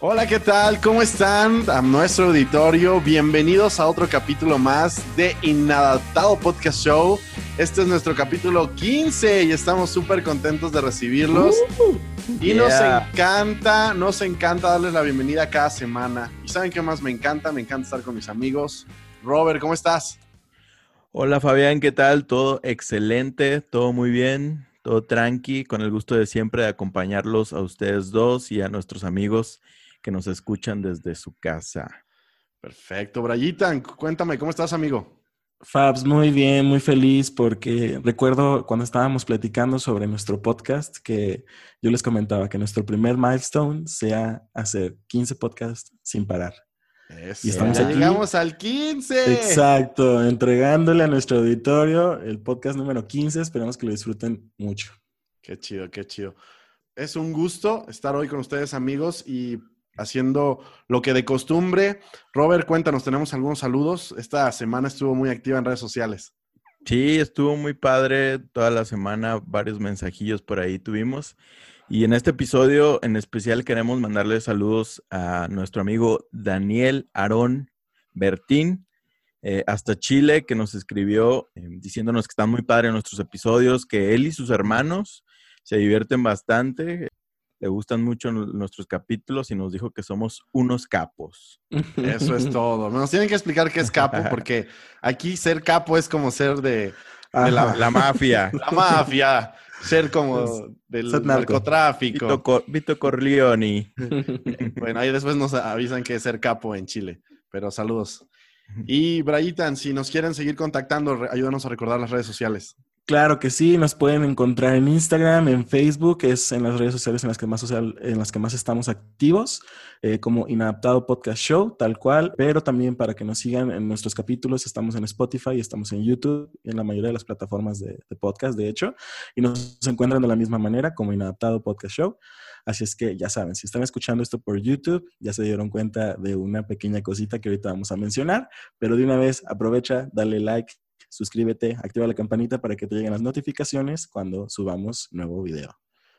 Hola, ¿qué tal? ¿Cómo están? A nuestro auditorio, bienvenidos a otro capítulo más de Inadaptado Podcast Show. Este es nuestro capítulo 15 y estamos súper contentos de recibirlos. Y nos encanta darles la bienvenida cada semana. ¿Y saben qué más me encanta? Me encanta estar con mis amigos. Robert, ¿cómo estás? Hola Fabián, ¿qué tal? Todo excelente, todo muy bien, todo tranqui, con el gusto de siempre de acompañarlos a ustedes dos y a nuestros amigos que nos escuchan desde su casa. Perfecto. Brayitan, cuéntame, ¿cómo estás, amigo? Fabs, muy bien, muy feliz porque recuerdo cuando estábamos platicando sobre nuestro podcast que yo les comentaba que nuestro primer milestone sea hacer 15 podcasts sin parar. Eso, Y estamos ya aquí. llegamos al 15. Exacto, entregándole a nuestro auditorio el podcast número 15. Esperamos que lo disfruten mucho. Qué chido, qué chido. Es un gusto estar hoy con ustedes, amigos, y haciendo lo que de costumbre. Robert, cuéntanos, tenemos algunos saludos. Esta semana estuvo muy activa en redes sociales. Sí, estuvo muy padre toda la semana, varios mensajillos por ahí tuvimos. Y en este episodio en especial queremos mandarle saludos a nuestro amigo Daniel Aarón Bertín, hasta Chile, que nos escribió diciéndonos que están muy padres nuestros episodios, que él y sus hermanos se divierten bastante, le gustan mucho nuestros capítulos y nos dijo que somos unos capos. Eso es todo. Nos tienen que explicar qué es capo, porque aquí ser capo es como ser de La mafia. la mafia, ser como del Ser narco. narcotráfico. Vito Corleone. Bueno, ahí después nos avisan que es ser capo en Chile, pero saludos. Y Brayitan, si nos quieren seguir contactando, ayúdanos a recordar las redes sociales. Claro que sí, nos pueden encontrar en Instagram, en Facebook, es en las redes sociales en las que más estamos activos, como Inadaptado Podcast Show, tal cual, pero también para que nos sigan en nuestros capítulos, estamos en Spotify, estamos en YouTube, y en la mayoría de las plataformas de podcast, de hecho, y nos encuentran de la misma manera como Inadaptado Podcast Show. Así es que ya saben, si están escuchando esto por YouTube, ya se dieron cuenta de una pequeña cosita que ahorita vamos a mencionar, pero de una vez aprovecha, dale like, suscríbete, activa la campanita para que te lleguen las notificaciones cuando subamos nuevo video.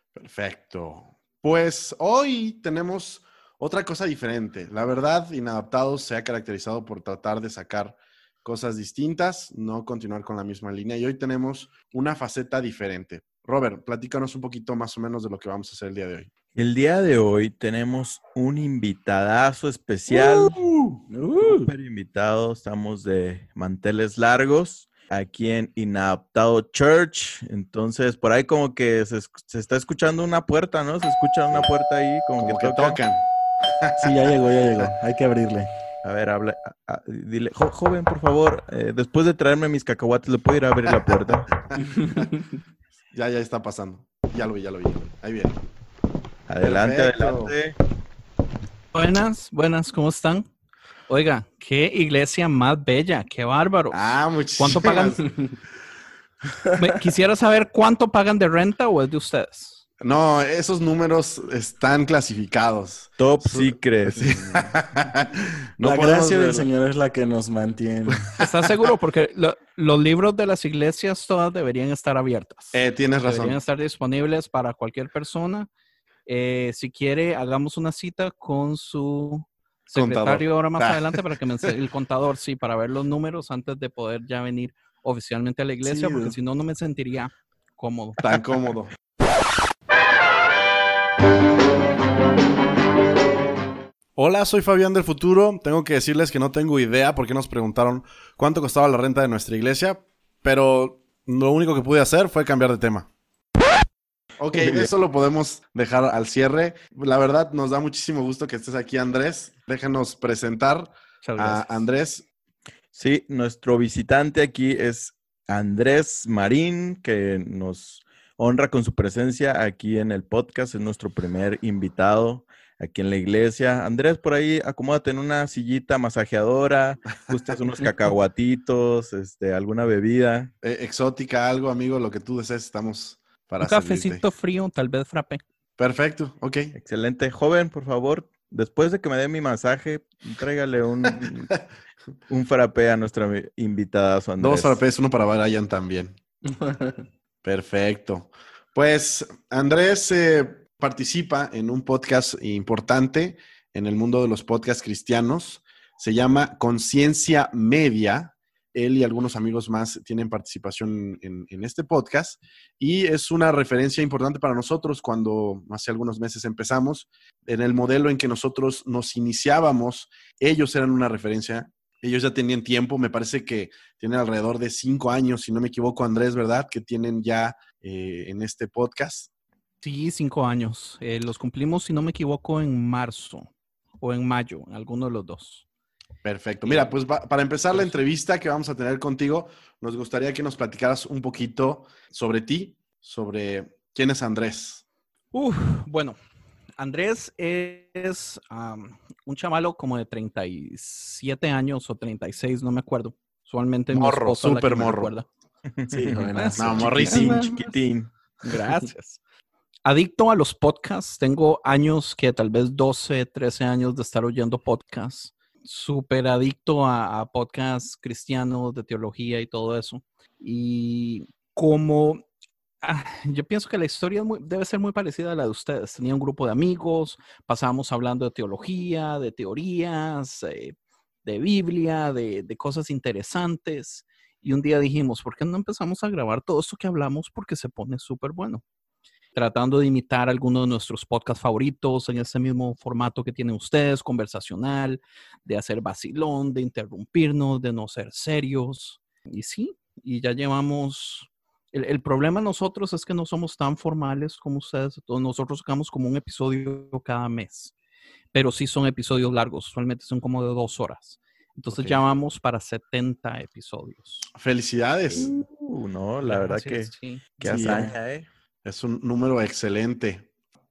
Perfecto. Pues hoy tenemos otra cosa diferente. La verdad, Inadaptados se ha caracterizado por tratar de sacar cosas distintas, no continuar con la misma línea. Y hoy tenemos una faceta diferente. Robert, platícanos un poquito más o menos de lo que vamos a hacer el día de hoy. El día de hoy tenemos un invitadazo especial, súper invitado, estamos de manteles largos aquí en Inadaptado Church, entonces por ahí como que se está escuchando una puerta, ¿no? Se escucha una puerta ahí Como que tocan. Sí, ya llegó, hay que abrirle. A ver, habla, dile, joven, por favor, después de traerme mis cacahuates, ¿le puedo ir a abrir la puerta? Ya está pasando. Ya lo vi. Ahí viene. Adelante, Perfecto. adelante. Buenas, ¿cómo están? Oiga, qué iglesia más bella, qué bárbaro. Muchísimas. ¿Cuánto pagan? Quisiera saber cuánto pagan de renta o es de ustedes. No, esos números están clasificados. Top secret. Sí. No, la gracia del Señor es la que nos mantiene. ¿Estás seguro? Porque los libros de las iglesias todas deberían estar abiertas. Tienes razón. Deberían estar disponibles para cualquier persona. Si quiere, hagamos una cita con su secretario contador. Ahora más adelante para que me el contador, sí, para ver los números antes de poder ya venir oficialmente a la iglesia, sí, porque si no, no me sentiría cómodo. Tan cómodo. Hola, soy Fabián del futuro. Tengo que decirles que no tengo idea porque nos preguntaron cuánto costaba la renta de nuestra iglesia, pero lo único que pude hacer fue cambiar de tema. Ok, eso lo podemos dejar al cierre. La verdad, nos da muchísimo gusto que estés aquí, Andrés. Déjanos presentar a Andrés. Sí, nuestro visitante aquí es Andrés Marín, que nos honra con su presencia aquí en el podcast. Es nuestro primer invitado aquí en la iglesia. Andrés, por ahí, acomódate en una sillita masajeadora, gustas unos cacahuatitos, alguna bebida. Exótica, algo, amigo, lo que tú desees, estamos para un cafecito servirte. Frío, tal vez frappé. Perfecto, ok. Excelente. Joven, por favor, después de que me dé mi masaje, tráigale un frappé a nuestra invitada, Andrés. 2 frappés, uno para Brian también. Perfecto. Pues Andrés participa en un podcast importante en el mundo de los podcasts cristianos. Se llama Conciencia Media. Él y algunos amigos más tienen participación en este podcast y es una referencia importante para nosotros cuando hace algunos meses empezamos. En el modelo en que nosotros nos iniciábamos, ellos eran una referencia. Ellos ya tenían tiempo, me parece que tienen alrededor de 5 años, si no me equivoco, Andrés, ¿verdad? Que tienen ya en este podcast. Sí, 5 años. Los cumplimos, si no me equivoco, en marzo o en mayo, alguno de los dos. Perfecto. Mira, pues para empezar la entrevista que vamos a tener contigo, nos gustaría que nos platicaras un poquito sobre ti, sobre quién es Andrés. Bueno, Andrés es un chavalo como de 37 años o 36, no me acuerdo. Usualmente mi Morro, esposa es la que súper me morro. recuerda. Sí, jovenazo. No, morrísimo. Chiquitín. Gracias. Adicto a los podcasts. Tengo años que tal vez 12, 13 años de estar oyendo podcasts. Súper adicto a podcasts cristianos, de teología y todo eso. Y como yo pienso que la historia debe ser muy parecida a la de ustedes. Tenía un grupo de amigos, pasábamos hablando de teología, de teorías, de Biblia, de cosas interesantes. Y un día dijimos, ¿por qué no empezamos a grabar todo esto que hablamos? Porque se pone súper bueno. Tratando de imitar algunos de nuestros podcasts favoritos en ese mismo formato que tienen ustedes, conversacional, de hacer vacilón, de interrumpirnos, de no ser serios. Y sí, y ya llevamos... El problema nosotros es que no somos tan formales como ustedes. Entonces nosotros sacamos como un episodio cada mes, pero sí son episodios largos. Usualmente son como de 2 horas. Entonces ya vamos para 70 episodios. Felicidades. No, la verdad que sí. qué hazaña, Es un número excelente.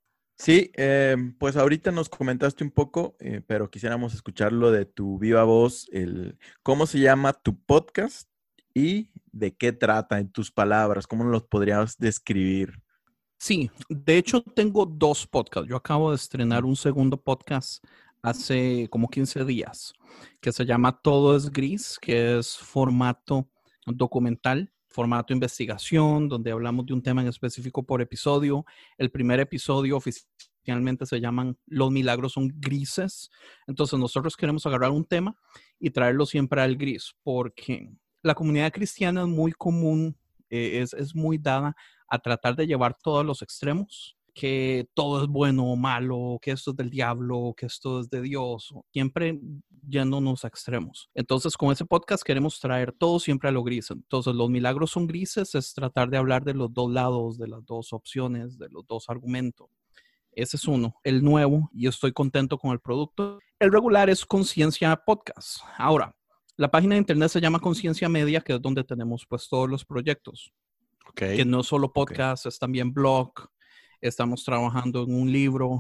Sí, pues ahorita nos comentaste un poco, pero quisiéramos escucharlo de tu viva voz, cómo se llama tu podcast y de qué trata en tus palabras, cómo los podrías describir. Sí, de hecho tengo 2 podcasts. Yo acabo de estrenar un segundo podcast hace como 15 días que se llama Todo es Gris, que es formato documental, formato investigación, donde hablamos de un tema en específico por episodio. El primer episodio oficialmente se llaman Los milagros son grises. Entonces nosotros queremos agarrar un tema y traerlo siempre al gris, porque la comunidad cristiana es muy común, es muy dada a tratar de llevar todos los extremos, que todo es bueno o malo, que esto es del diablo, que esto es de Dios, siempre yéndonos a extremos. Entonces, con ese podcast queremos traer todo siempre a lo gris. Entonces, los milagros son grises, es tratar de hablar de los 2 lados, de las 2 opciones, de los 2 argumentos. Ese es uno, el nuevo, y estoy contento con el producto. El regular es Conciencia Podcast. Ahora, la página de internet se llama Conciencia Media, que es donde tenemos pues todos los proyectos. Que no solo podcast, es también blog. Estamos trabajando en un libro.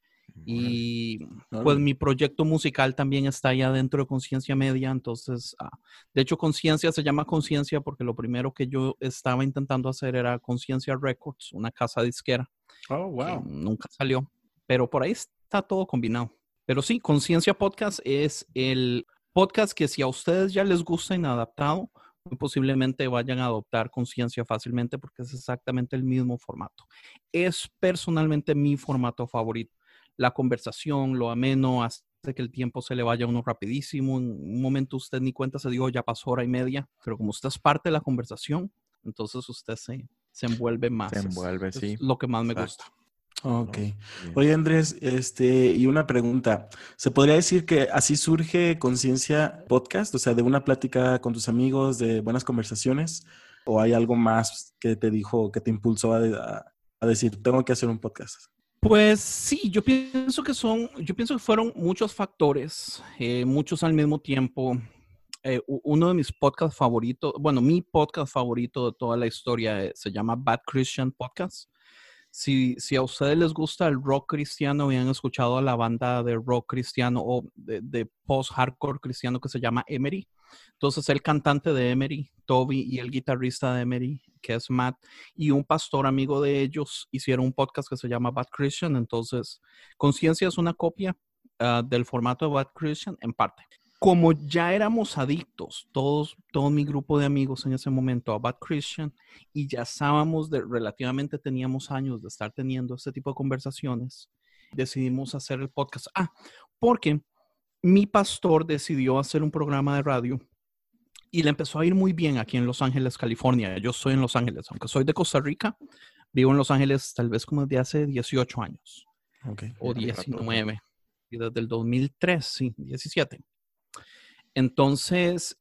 Y pues mi proyecto musical también está allá dentro de Conciencia Media. Entonces, de hecho, Conciencia se llama Conciencia porque lo primero que yo estaba intentando hacer era Conciencia Records, una casa disquera. Oh, wow. Que nunca salió, pero por ahí está todo combinado. Pero sí, Conciencia Podcast es el podcast que si a ustedes ya les gusta Inadaptado, muy posiblemente vayan a adoptar Conciencia fácilmente porque es exactamente el mismo formato. Es personalmente mi formato favorito. La conversación, lo ameno, hace que el tiempo se le vaya a uno rapidísimo. En un momento usted ni cuenta se dio, ya pasó hora y media, pero como usted es parte de la conversación, entonces usted se envuelve más. Se envuelve, sí. Es lo que más me gusta. Ok. Oye, Andrés, y una pregunta. ¿Se podría decir que así surge Conciencia Podcast? O sea, de una plática con tus amigos, de buenas conversaciones, ¿o hay algo más que te dijo, que te impulsó a decir, tengo que hacer un podcast? Pues sí, yo pienso que fueron muchos factores, muchos al mismo tiempo. Uno de mis podcasts favoritos, bueno, mi podcast favorito de toda la historia se llama Bad Christian Podcast. Si a ustedes les gusta el rock cristiano y han escuchado a la banda de rock cristiano o de post-hardcore cristiano que se llama Emery, entonces el cantante de Emery, Toby, y el guitarrista de Emery, que es Matt, y un pastor amigo de ellos hicieron un podcast que se llama Bad Christian. Entonces, Conciencia es una copia del formato de Bad Christian en parte. Como ya éramos adictos, todo mi grupo de amigos en ese momento a Bad Christian, y ya estábamos relativamente teníamos años de estar teniendo este tipo de conversaciones, decidimos hacer el podcast. Porque mi pastor decidió hacer un programa de radio y le empezó a ir muy bien aquí en Los Ángeles, California. Yo soy en Los Ángeles, aunque soy de Costa Rica, vivo en Los Ángeles tal vez como desde hace 18 años. O 19. Y desde el 2003, sí, 17. Entonces,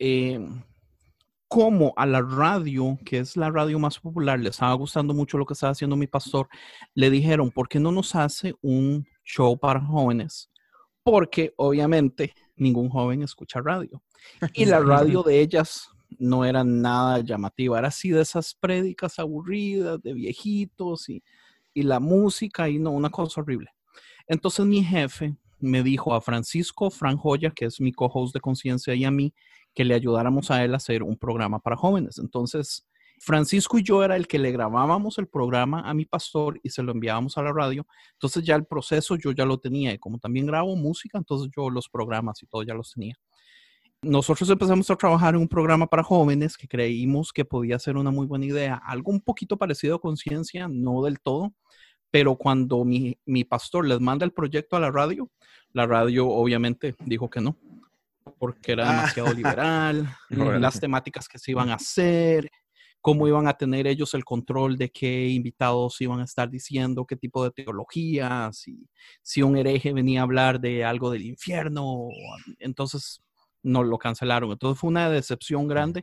como a la radio, que es la radio más popular, le estaba gustando mucho lo que estaba haciendo mi pastor, le dijeron, ¿por qué no nos hace un show para jóvenes? Porque obviamente ningún joven escucha radio. Y la radio de ellas no era nada llamativa, era así de esas prédicas aburridas de viejitos y la música y no, una cosa horrible. Entonces mi jefe me dijo a Fran Joya, que es mi co-host de Conciencia, y a mí, que le ayudáramos a él a hacer un programa para jóvenes. Entonces, Francisco y yo era el que le grabábamos el programa a mi pastor y se lo enviábamos a la radio. Entonces ya el proceso yo ya lo tenía. Y como también grabo música, entonces yo los programas y todo ya los tenía. Nosotros empezamos a trabajar en un programa para jóvenes que creímos que podía ser una muy buena idea. Algo un poquito parecido a Conciencia, no del todo. Pero cuando mi pastor les manda el proyecto a la radio obviamente dijo que no, porque era demasiado liberal, las temáticas que se iban a hacer, cómo iban a tener ellos el control de qué invitados iban a estar diciendo, qué tipo de teología, si un hereje venía a hablar de algo del infierno. Entonces nos lo cancelaron. Entonces fue una decepción grande.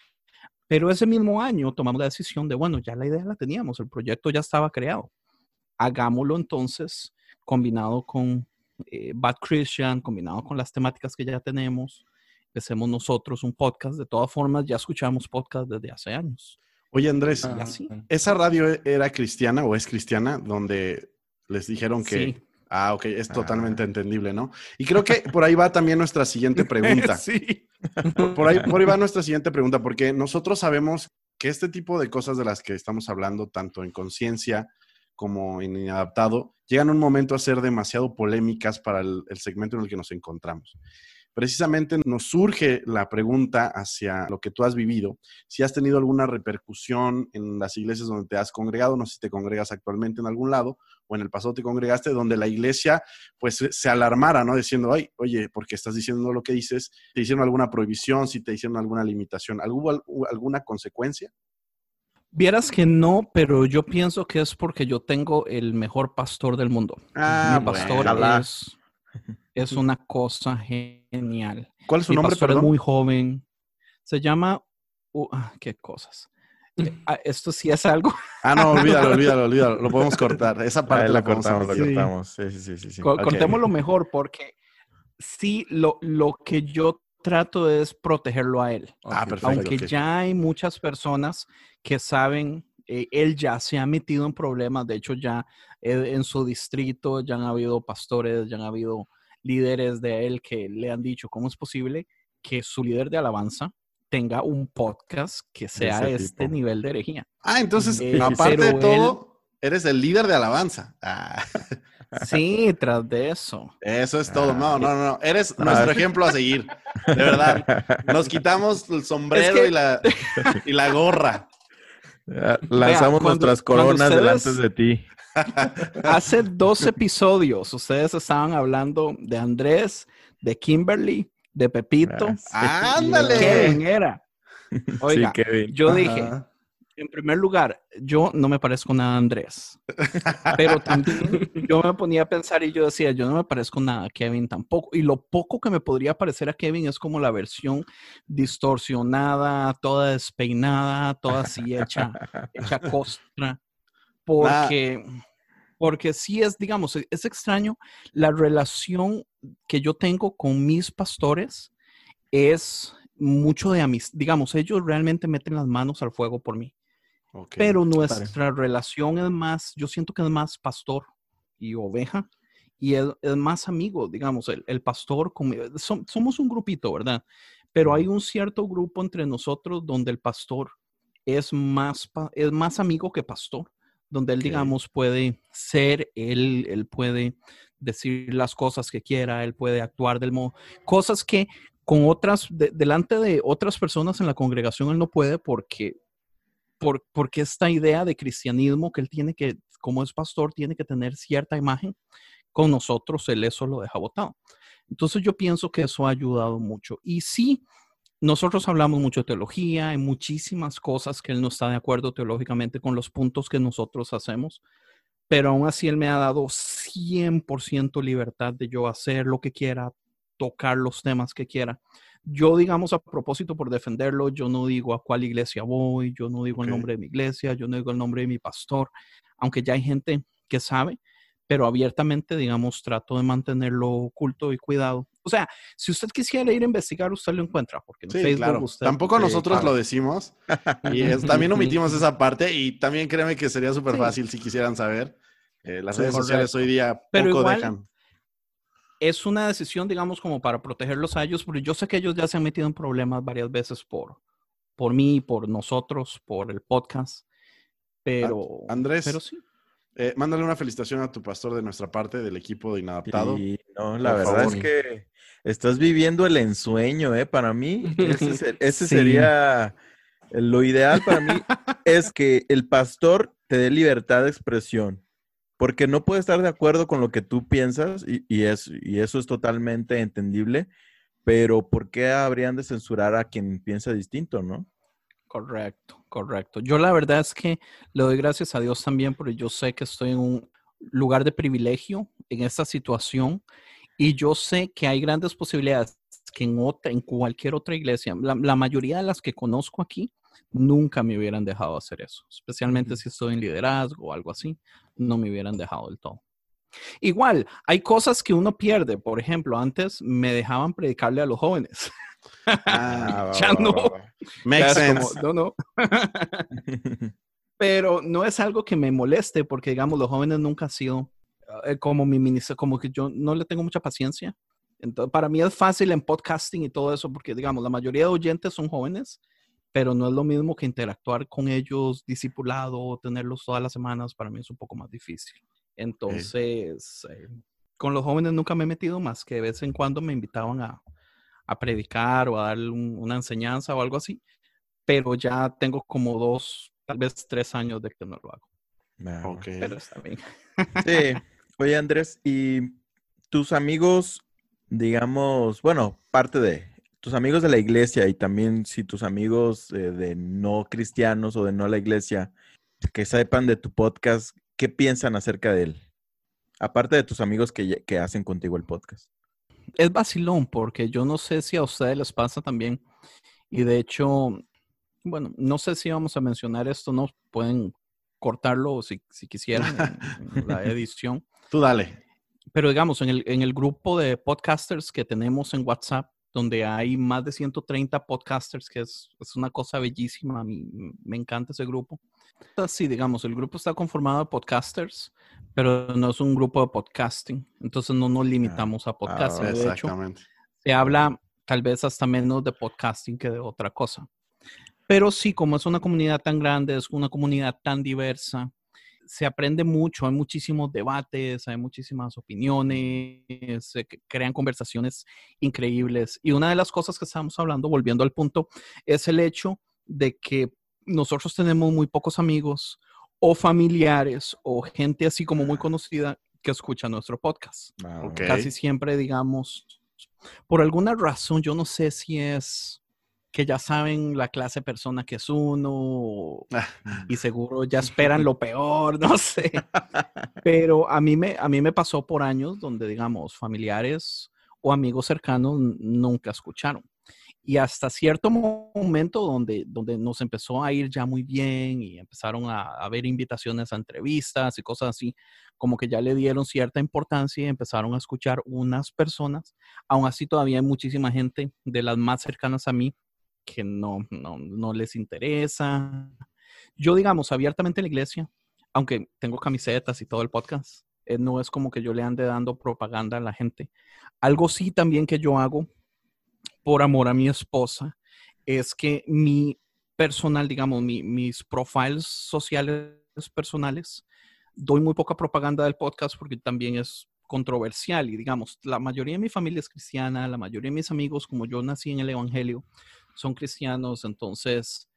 Pero ese mismo año tomamos la decisión de, bueno, ya la idea la teníamos, el proyecto ya estaba creado. Hagámoslo entonces combinado con Bad Christian, combinado con las temáticas que ya tenemos. Empecemos nosotros un podcast. De todas formas, ya escuchamos podcast desde hace años. Oye, Andrés, ¿esa radio era cristiana o es cristiana donde les dijeron que... Sí. Ok, es totalmente entendible, ¿no? Y creo que por ahí va también nuestra siguiente pregunta. Sí. Por ahí va nuestra siguiente pregunta, porque nosotros sabemos que este tipo de cosas de las que estamos hablando, tanto en Conciencia como en Inadaptado, llegan a un momento a ser demasiado polémicas para el segmento en el que nos encontramos. Precisamente nos surge la pregunta hacia lo que tú has vivido, si has tenido alguna repercusión en las iglesias donde te has congregado, no sé si te congregas actualmente en algún lado o en el pasado te congregaste, donde la iglesia pues se alarmara, ¿no? Diciendo, ay, oye, ¿por qué estás diciendo lo que dices? ¿Te hicieron alguna prohibición? ¿Si te hicieron alguna limitación? ¿Hubo alguna consecuencia? Vieras que no, pero yo pienso que es porque yo tengo el mejor pastor del mundo. Mi pastor es una cosa genial. ¿Cuál es su nombre, perdón? Es muy joven. Se llama... ¿qué cosas? Esto sí es algo... no, olvídalo. Lo podemos cortar. Esa parte la cortamos. Sí. Cortémoslo mejor porque sí, lo que yo trato es protegerlo a él. Perfecto. Aunque ya hay muchas personas que saben... él ya se ha metido en problemas. De hecho, ya en su distrito ya han habido pastores, ya han habido líderes de él que le han dicho cómo es posible que su líder de alabanza tenga un podcast que sea este nivel de herejía. Entonces, aparte de todo, eres el líder de alabanza. Sí, tras de eso. Eso es todo. No. Eres nuestro ejemplo a seguir. De verdad. Nos quitamos el sombrero y la gorra. Lanzamos nuestras coronas delante de ti. Hace 2 episodios ustedes estaban hablando de Andrés, de Kimberly, de Pepito. ¡Ándale! Kevin era. Oiga, sí, Kevin. Yo dije, en primer lugar, yo no me parezco nada a Andrés. Pero también yo me ponía a pensar y yo decía, yo no me parezco nada a Kevin tampoco. Y lo poco que me podría parecer a Kevin es como la versión distorsionada, toda despeinada, toda así hecha costra. Porque sí es, digamos, es extraño. La relación que yo tengo con mis pastores es mucho de amistad. Digamos, ellos realmente meten las manos al fuego por mí. Okay. Pero nuestra relación es más, yo siento que es más pastor y oveja. Y es más amigo, digamos, el pastor. Somos un grupito, ¿verdad? Pero hay un cierto grupo entre nosotros donde el pastor es más amigo que pastor. Donde él, digamos, puede ser, él puede decir las cosas que quiera, él puede actuar del modo, cosas que con delante de otras personas en la congregación él no puede porque esta idea de cristianismo que él tiene que, como es pastor, tiene que tener cierta imagen, con nosotros, él eso lo deja botado. Entonces yo pienso que eso ha ayudado mucho. Y sí, nosotros hablamos mucho de teología, hay muchísimas cosas que él no está de acuerdo teológicamente con los puntos que nosotros hacemos, pero aún así él me ha dado 100% libertad de yo hacer lo que quiera, tocar los temas que quiera. Yo, digamos, a propósito por defenderlo, yo no digo a cuál iglesia voy, yo no digo el nombre de mi iglesia, yo no digo el nombre de mi pastor, aunque ya hay gente que sabe, pero abiertamente, digamos, trato de mantenerlo oculto y cuidado. O sea, si usted quisiera ir a investigar, usted lo encuentra, porque en Sí, Facebook claro. usted... Tampoco nosotros claro. lo decimos. Y también omitimos esa parte. Y también créeme que sería súper fácil si quisieran saber. Las redes sociales hoy día pero poco igual, dejan. Es una decisión, digamos, como para protegerlos a ellos, porque yo sé que ellos ya se han metido en problemas varias veces por mí, por nosotros, por el podcast. Pero Andrés, sí. Mándale una felicitación a tu pastor de nuestra parte, del equipo de Inadaptado. Y no, la Por verdad favor. es que estás viviendo el ensueño, ¿eh? Para mí, ese Sí. sería lo ideal para mí, es que el pastor te dé libertad de expresión, porque no puede estar de acuerdo con lo que tú piensas y eso es totalmente entendible, pero ¿por qué habrían de censurar a quien piensa distinto, no? Correcto. Yo la verdad es que le doy gracias a Dios también porque yo sé que estoy en un lugar de privilegio en esta situación y yo sé que hay grandes posibilidades que en cualquier otra iglesia, la mayoría de las que conozco aquí, nunca me hubieran dejado hacer eso, especialmente si estoy en liderazgo o algo así, no me hubieran dejado del todo. Igual, hay cosas que uno pierde. Por ejemplo, antes me dejaban predicarle a los jóvenes. Ya no. Makes sense. Como, no. Pero no es algo que me moleste porque, digamos, los jóvenes nunca han sido como mi ministro, como que yo no le tengo mucha paciencia. Entonces, para mí es fácil en podcasting y todo eso porque, digamos, la mayoría de oyentes son jóvenes, pero no es lo mismo que interactuar con ellos, discipulado, tenerlos todas las semanas, para mí es un poco más difícil. Entonces, con los jóvenes nunca me he metido más que de vez en cuando me invitaban a predicar o a dar una enseñanza o algo así, pero ya tengo como 2, tal vez 3 años de que no lo hago. Okay. Pero está bien. Sí. Oye, Andrés, ¿y tus amigos, digamos, bueno, parte de tus amigos de la iglesia y también si tus amigos de no cristianos o de no la iglesia, que sepan de tu podcast, ¿qué piensan acerca de él? Aparte de tus amigos que hacen contigo el podcast. Es vacilón porque yo no sé si a ustedes les pasa también. Y de hecho, bueno, no sé si vamos a mencionar esto, no pueden cortarlo si quisieran en la edición. Tú dale. Pero digamos, en el grupo de podcasters que tenemos en WhatsApp, donde hay más de 130 podcasters, que es una cosa bellísima, a mí me encanta ese grupo. Sí, digamos, el grupo está conformado de podcasters, pero no es un grupo de podcasting, entonces no nos limitamos a podcasting. De hecho, Exactamente. se habla tal vez hasta menos de podcasting que de otra cosa. Pero sí, como es una comunidad tan grande, es una comunidad tan diversa, se aprende mucho, hay muchísimos debates, hay muchísimas opiniones, se crean conversaciones increíbles. Y una de las cosas que estamos hablando, volviendo al punto, es el hecho de que nosotros tenemos muy pocos amigos o familiares o gente así como muy conocida que escucha nuestro podcast. Okay. Casi siempre, digamos, por alguna razón, yo no sé si es que ya saben la clase de persona que es uno y seguro ya esperan lo peor, no sé. Pero a mí me pasó por años donde, digamos, familiares o amigos cercanos nunca escucharon. Y hasta cierto momento donde nos empezó a ir ya muy bien y empezaron a haber invitaciones a entrevistas y cosas así, como que ya le dieron cierta importancia y empezaron a escuchar unas personas. Aún así todavía hay muchísima gente de las más cercanas a mí que no les interesa. Yo, digamos, abiertamente en la iglesia, aunque tengo camisetas y todo el podcast, no es como que yo le ande dando propaganda a la gente. Algo sí también que yo hago por amor a mi esposa es que mi personal, digamos, mis profiles sociales personales, doy muy poca propaganda del podcast porque también es controversial y digamos, la mayoría de mi familia es cristiana, la mayoría de mis amigos, como yo nací en el evangelio, son cristianos, entonces,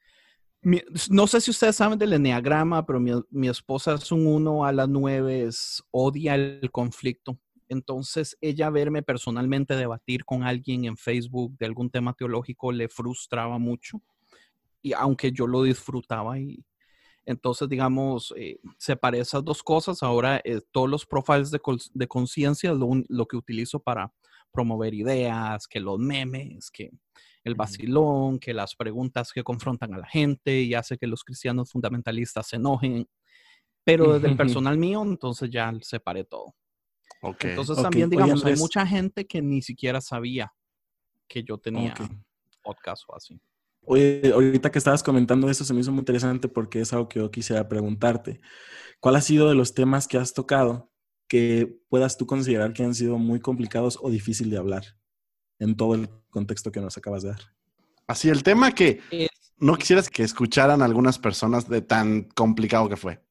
no sé si ustedes saben del enneagrama, pero mi esposa es un 1 a las 9, odia el conflicto. Entonces, ella verme personalmente debatir con alguien en Facebook de algún tema teológico le frustraba mucho, y aunque yo lo disfrutaba. Y entonces, digamos, separé esas dos cosas. Ahora todos los profiles de conciencia es lo que utilizo para promover ideas, que los memes, que el vacilón, que las preguntas que confrontan a la gente y hace que los cristianos fundamentalistas se enojen. Pero desde el personal mío, entonces ya separé todo. Okay. Entonces también, digamos, hay mucha gente que ni siquiera sabía que yo tenía podcast o así. Oye, ahorita que estabas comentando eso se me hizo muy interesante porque es algo que yo quisiera preguntarte. ¿Cuál ha sido de los temas que has tocado que puedas tú considerar que han sido muy complicados o difícil de hablar en todo el contexto que nos acabas de dar? Así, el tema que no quisieras que escucharan algunas personas de tan complicado que fue.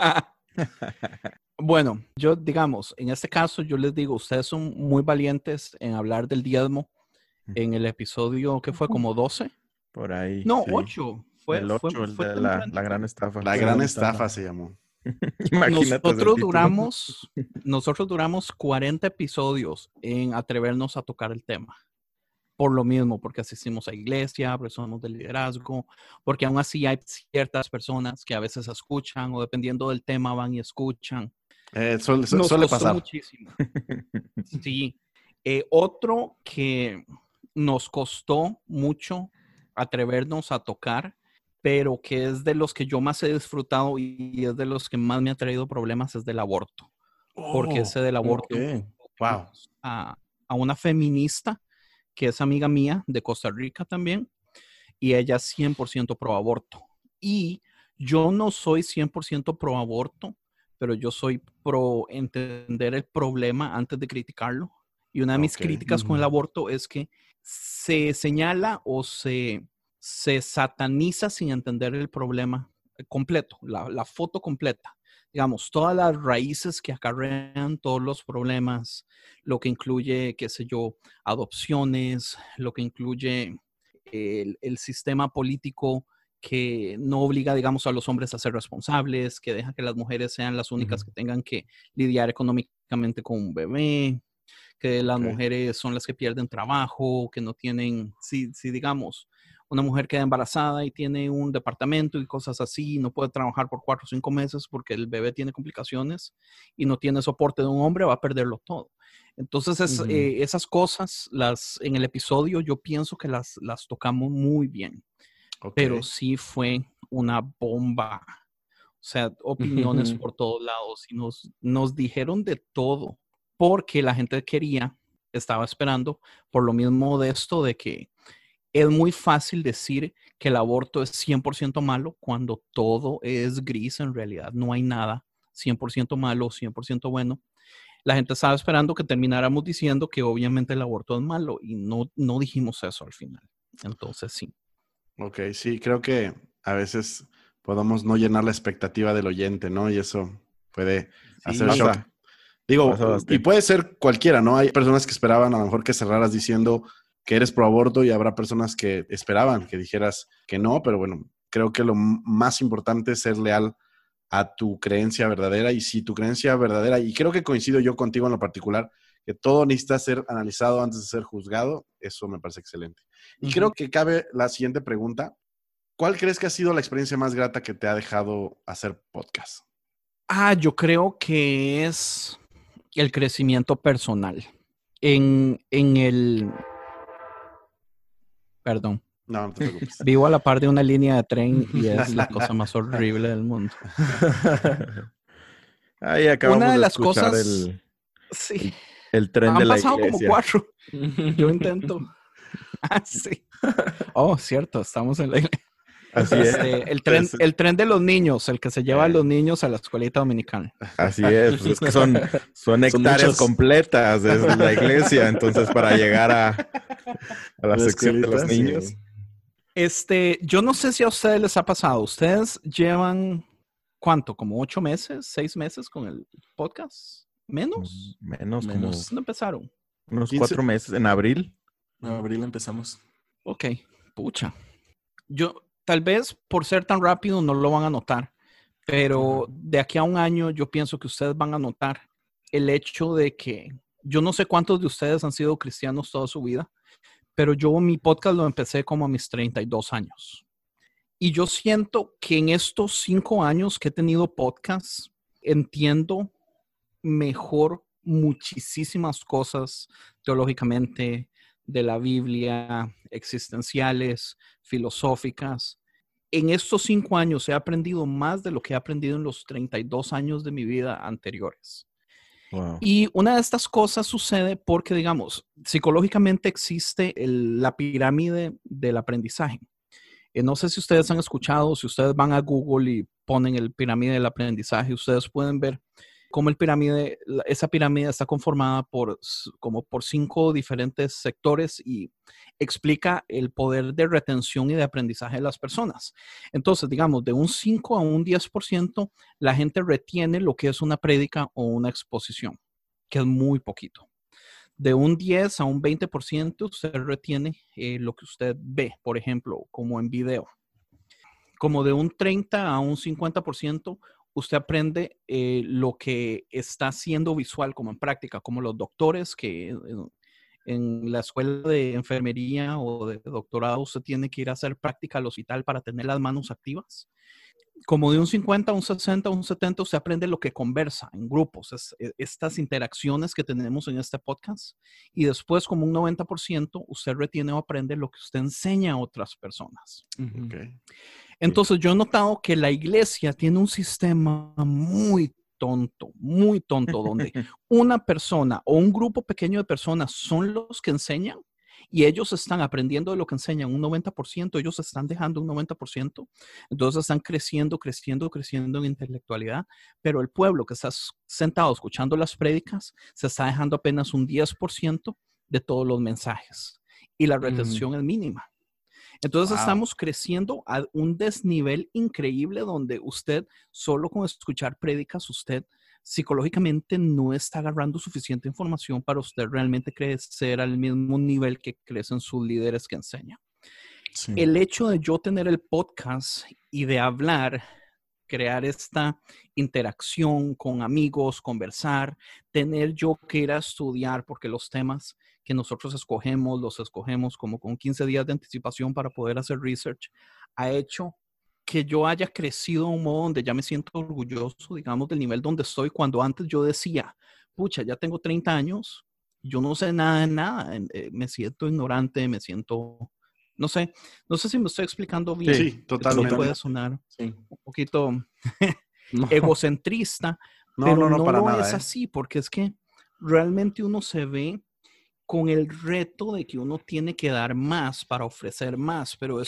Bueno, yo, digamos, en este caso, yo les digo, ustedes son muy valientes en hablar del diezmo en el episodio que fue como 12. Por ahí. No, sí. 8. Fue el 8, el de la gran estafa. La gran estafa se llamó. Imagínate. Nosotros duramos 40 episodios en atrevernos a tocar el tema. Por lo mismo, porque asistimos a iglesia, porque somos de liderazgo, porque aún así hay ciertas personas que a veces escuchan o dependiendo del tema van y escuchan. Suele pasar. Muchísimo. Sí. Otro que nos costó mucho atrevernos a tocar, pero que es de los que yo más he disfrutado y es de los que más me ha traído problemas, es del aborto. Porque ese del aborto Wow. a una feminista que es amiga mía de Costa Rica también, y ella es 100% pro aborto. Y yo no soy 100% pro aborto, pero yo soy pro entender el problema antes de criticarlo. Y una de mis críticas con el aborto es que se señala o se sataniza sin entender el problema completo, la foto completa. Digamos, todas las raíces que acarrean todos los problemas, lo que incluye, qué sé yo, adopciones, lo que incluye el sistema político que no obliga, digamos, a los hombres a ser responsables, que deja que las mujeres sean las únicas que tengan que lidiar económicamente con un bebé, que las mujeres son las que pierden trabajo, que no tienen, si digamos, una mujer queda embarazada y tiene un departamento y cosas así, no puede trabajar por 4 o 5 meses porque el bebé tiene complicaciones y no tiene soporte de un hombre, va a perderlo todo. Entonces, esas cosas, en el episodio, yo pienso que las tocamos muy bien. Pero sí fue una bomba. O sea, opiniones por todos lados y nos dijeron de todo porque la gente estaba esperando por lo mismo de esto de que es muy fácil decir que el aborto es 100% malo cuando todo es gris en realidad. No hay nada 100% malo, 100% bueno. La gente estaba esperando que termináramos diciendo que obviamente el aborto es malo y no dijimos eso al final. Entonces sí. Ok, sí, creo que a veces podemos no llenar la expectativa del oyente, ¿no? Y eso puede hacer shock. Digo, y puede ser cualquiera, ¿no? Hay personas que esperaban a lo mejor que cerraras diciendo que eres pro aborto y habrá personas que esperaban que dijeras que no, pero bueno, creo que lo más importante es ser leal a tu creencia verdadera. Y si tu creencia verdadera, y creo que coincido yo contigo en lo particular, que todo necesita ser analizado antes de ser juzgado, eso me parece excelente. Y creo que cabe la siguiente pregunta. ¿Cuál crees que ha sido la experiencia más grata que te ha dejado hacer podcast? Yo creo que es el crecimiento personal. En el... Perdón. No te preocupes. Vivo a la par de una línea de tren y es la cosa más horrible del mundo. Ahí acabamos una de las escuchar cosas... el tren de la iglesia. Han pasado como 4. Yo intento. Sí. Oh, cierto, estamos en la iglesia. Así es. El tren de los niños, el que se lleva a los niños a la escuelita dominical. Así es, pues es que son hectáreas completas de la iglesia, entonces para llegar a la sección de los niños. Yo no sé si a ustedes les ha pasado. ¿Ustedes llevan cuánto? ¿Como 8 meses? 6 meses con el podcast? ¿Menos? Menos. ¿Cuándo empezaron? Unos 4 meses, en abril. En abril empezamos. Ok, pucha. Tal vez por ser tan rápido no lo van a notar, pero de aquí a un año yo pienso que ustedes van a notar el hecho de que yo no sé cuántos de ustedes han sido cristianos toda su vida, pero yo mi podcast lo empecé como a mis 32 años. Y yo siento que en estos 5 años que he tenido podcast, entiendo mejor muchísimas cosas teológicamente de la Biblia, existenciales, filosóficas. En estos 5 años he aprendido más de lo que he aprendido en los 32 años de mi vida anteriores. Wow. Y una de estas cosas sucede porque, digamos, psicológicamente existe la pirámide del aprendizaje. No sé si ustedes han escuchado, si ustedes van a Google y ponen el pirámide del aprendizaje, ustedes pueden ver cómo esa pirámide está conformada por 5 diferentes sectores y explica el poder de retención y de aprendizaje de las personas. Entonces, digamos, de un 5 a un 10%, la gente retiene lo que es una prédica o una exposición, que es muy poquito. De un 10 a un 20% usted retiene lo que usted ve, por ejemplo, como en video. Como de un 30 a un 50%, usted aprende lo que está haciendo visual, como en práctica, como los doctores que en la escuela de enfermería o de doctorado usted tiene que ir a hacer práctica al hospital para tener las manos activas. Como de un 50, un 60, un 70, usted aprende lo que conversa en grupos, estas interacciones que tenemos en este podcast. Y después, como un 90%, usted retiene o aprende lo que usted enseña a otras personas. Okay. Entonces, yo he notado que la iglesia tiene un sistema muy tonto, donde una persona o un grupo pequeño de personas son los que enseñan y ellos están aprendiendo de lo que enseñan un 90%, ellos están dejando un 90%, entonces están creciendo en intelectualidad, pero el pueblo que está sentado escuchando las prédicas se está dejando apenas un 10% de todos los mensajes y la retención es mínima. Entonces estamos creciendo a un desnivel increíble donde usted, solo con escuchar prédicas, usted psicológicamente no está agarrando suficiente información para usted realmente crecer al mismo nivel que crecen sus líderes que enseñan. Sí. El hecho de yo tener el podcast y de hablar, crear esta interacción con amigos, conversar, tener yo que ir a estudiar, porque los temas que nosotros escogemos, los escogemos como con 15 días de anticipación para poder hacer research, ha hecho que yo haya crecido de un modo donde ya me siento orgulloso, digamos, del nivel donde estoy, cuando antes yo decía, pucha, ya tengo 30 años, yo no sé nada de nada, me siento ignorante, me siento, no sé si me estoy explicando bien. Sí, totalmente. Puede sonar un poquito egocentrista, no, pero no para lo nada, es así, porque es que realmente uno se ve con el reto de que uno tiene que dar más para ofrecer más, pero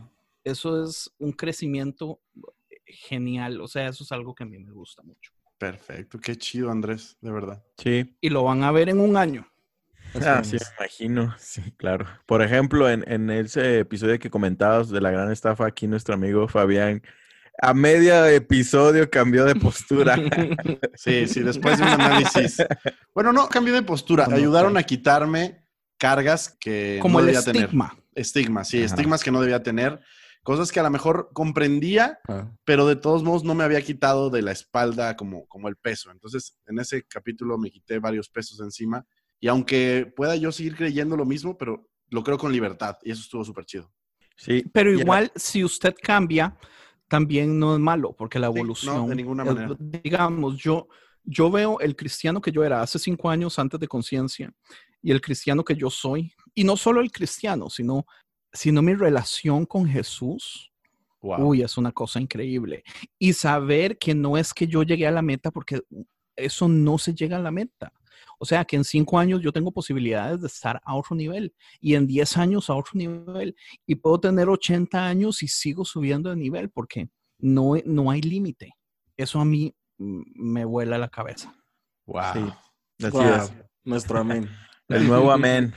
eso es un crecimiento genial, o sea, eso es algo que a mí me gusta mucho. Perfecto, qué chido, Andrés, de verdad. Sí. Y lo van a ver en un año. Sí, me imagino, sí, claro. Por ejemplo, en ese episodio que comentabas de la gran estafa, aquí nuestro amigo Fabián, a medio episodio cambió de postura. Sí, después de un análisis. Bueno, no, cambió de postura. Ayudaron a quitarme cargas que como no el debía estigma. tener. Estigmas, sí, estigmas que no debía tener. Cosas que a lo mejor comprendía, pero de todos modos no me había quitado de la espalda como el peso. Entonces, en ese capítulo me quité varios pesos de encima. Y aunque pueda yo seguir creyendo lo mismo, pero lo creo con libertad. Y eso estuvo súper chido. Sí. Pero igual, si usted cambia, también no es malo, porque la evolución... No, de ninguna manera. Digamos, yo veo el cristiano que yo era hace 5 años antes de Conciencia y el cristiano que yo soy. Y no solo el cristiano, sino mi relación con Jesús. Wow. Uy, es una cosa increíble. Y saber que no es que yo llegué a la meta, porque eso no se llega a la meta. O sea, que en 5 años yo tengo posibilidades de estar a otro nivel y en 10 años a otro nivel y puedo tener 80 años y sigo subiendo de nivel porque no hay límite. Eso a mí me vuela la cabeza. Wow. Sí, así es. Nuestro amén. El nuevo amén.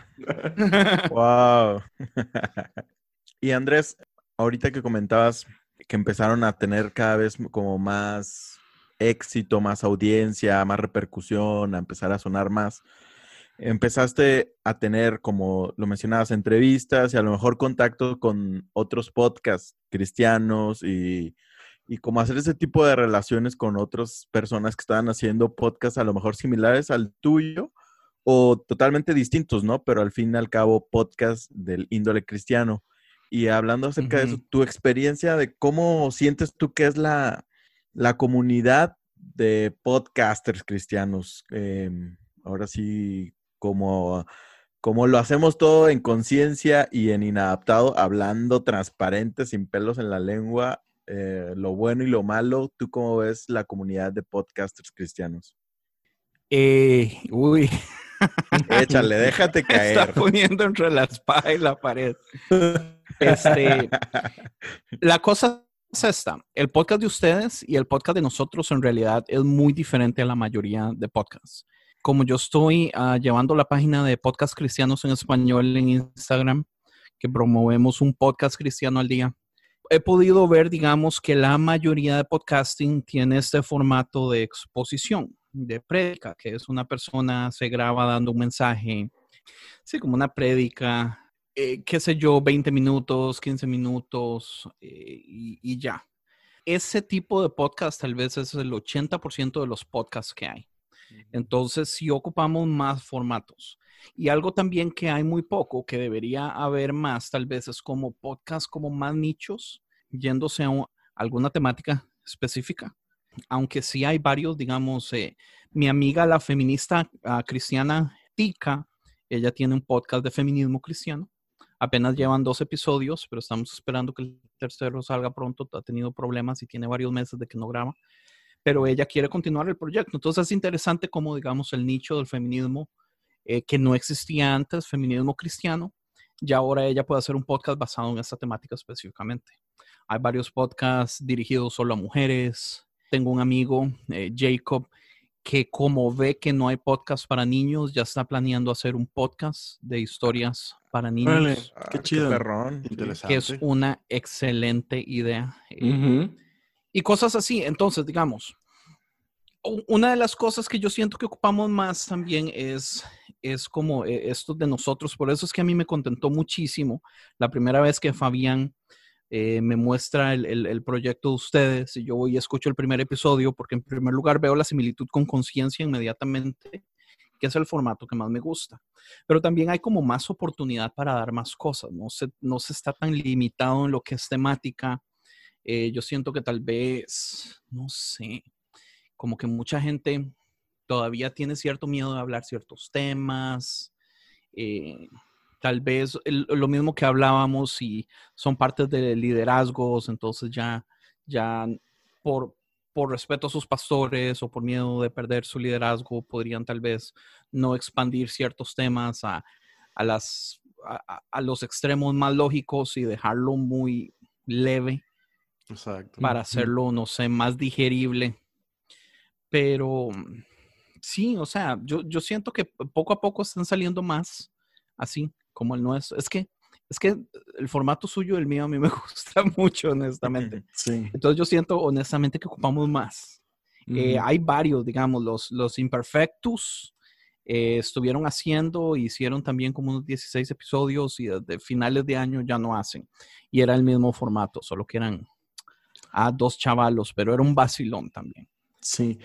Wow. Y Andrés, ahorita que comentabas que empezaron a tener cada vez como más éxito, más audiencia, más repercusión, a empezar a sonar más, empezaste a tener, como lo mencionabas, entrevistas y a lo mejor contacto con otros podcasts cristianos y como hacer ese tipo de relaciones con otras personas que estaban haciendo podcasts a lo mejor similares al tuyo o totalmente distintos, ¿no? Pero al fin y al cabo, podcast del índole cristiano. Y hablando acerca de eso, tu experiencia de cómo sientes tú que es la comunidad de podcasters cristianos. Ahora sí, como lo hacemos todo en conciencia y en inadaptado, hablando transparente, sin pelos en la lengua, lo bueno y lo malo, ¿tú cómo ves la comunidad de podcasters cristianos? Uy. Échale, déjate caer. Está poniendo entre la espada y la pared. La cosa es esta. El podcast de ustedes y el podcast de nosotros en realidad es muy diferente a la mayoría de podcasts. Como yo estoy llevando la página de Podcast Cristianos en Español en Instagram, que promovemos un podcast cristiano al día, he podido ver, digamos, que la mayoría de podcasting tiene este formato de exposición, de prédica, que es una persona se graba dando un mensaje, sí, como una prédica, qué sé yo, 20 minutos, 15 minutos y ya. Ese tipo de podcast tal vez es el 80% de los podcasts que hay. Entonces, sí ocupamos más formatos. Y algo también que hay muy poco, que debería haber más, tal vez es como podcasts como más nichos, yéndose a alguna temática específica. Aunque sí hay varios, digamos, mi amiga la feminista cristiana Tika, ella tiene un podcast de feminismo cristiano. Apenas llevan 2 episodios, pero estamos esperando que el tercero salga pronto. Ha tenido problemas y tiene varios meses de que no graba. Pero ella quiere continuar el proyecto. Entonces es interesante cómo, digamos, el nicho del feminismo que no existía antes, feminismo cristiano, ya ahora ella puede hacer un podcast basado en esta temática específicamente. Hay varios podcasts dirigidos solo a mujeres. Tengo un amigo, Jacob, que como ve que no hay podcast para niños, ya está planeando hacer un podcast de historias para niños. Vale, qué chido. Qué perrón. Interesante. Que es una excelente idea. Y cosas así. Entonces, digamos, una de las cosas que yo siento que ocupamos más también es como esto de nosotros. Por eso es que a mí me contentó muchísimo la primera vez que Fabián me muestra el proyecto de ustedes y yo voy y escucho el primer episodio porque en primer lugar veo la similitud con conciencia inmediatamente, que es el formato que más me gusta. Pero también hay como más oportunidad para dar más cosas. No se está tan limitado en lo que es temática. Yo siento que tal vez, no sé, como que mucha gente todavía tiene cierto miedo de hablar ciertos temas. Tal vez lo mismo que hablábamos, si son partes de liderazgos, entonces ya por respeto a sus pastores o por miedo de perder su liderazgo, podrían tal vez no expandir ciertos temas a los extremos más lógicos y dejarlo muy leve. Exacto. Para hacerlo, no sé, más digerible. Pero sí, o sea, yo siento que poco a poco están saliendo más así como el nuestro. Es que el formato suyo y el mío a mí me gusta mucho, honestamente. Sí. Entonces yo siento honestamente que ocupamos más. Hay varios, digamos, los Imperfectus estuvieron hicieron también como unos 16 episodios y desde finales de año ya no hacen. Y era el mismo formato, solo que eran 2 chavalos, pero era un vacilón también. Sí.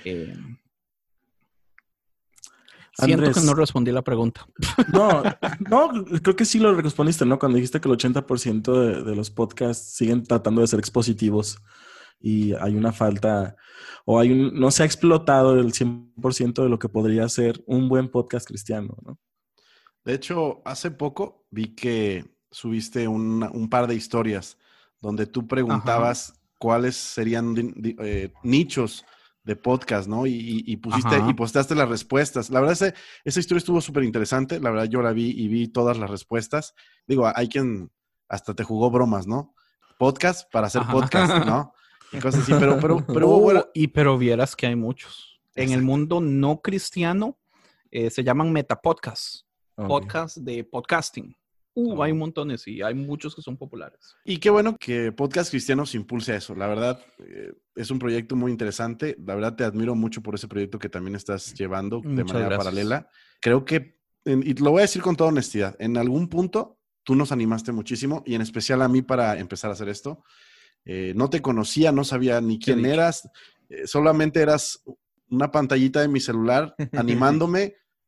Siento Andrés, que no respondí la pregunta. No, creo que sí lo respondiste, ¿no? Cuando dijiste que el 80% de los podcasts siguen tratando de ser expositivos y hay una falta, o no se ha explotado el 100% de lo que podría ser un buen podcast cristiano, ¿no? De hecho, hace poco vi que subiste un par de historias donde tú preguntabas cuáles serían nichos de podcast, ¿no? Y postaste las respuestas. La verdad, esa historia estuvo súper interesante. La verdad, yo la vi y vi todas las respuestas. Digo, hay quien hasta te jugó bromas, ¿no? Podcast para hacer podcast, ¿no? Y cosas así, pero vieras que hay muchos. Exacto. En el mundo no cristiano se llaman metapodcasts. Okay. Podcasts de podcasting. Hay montones y hay muchos que son populares. Y qué bueno que Podcast Cristianos impulse eso. La verdad, es un proyecto muy interesante. La verdad, te admiro mucho por ese proyecto que también estás llevando de manera paralela. Creo que, y lo voy a decir con toda honestidad, en algún punto tú nos animaste muchísimo y en especial a mí para empezar a hacer esto. No te conocía, no sabía ni quién eras. Solamente eras una pantallita de mi celular animándome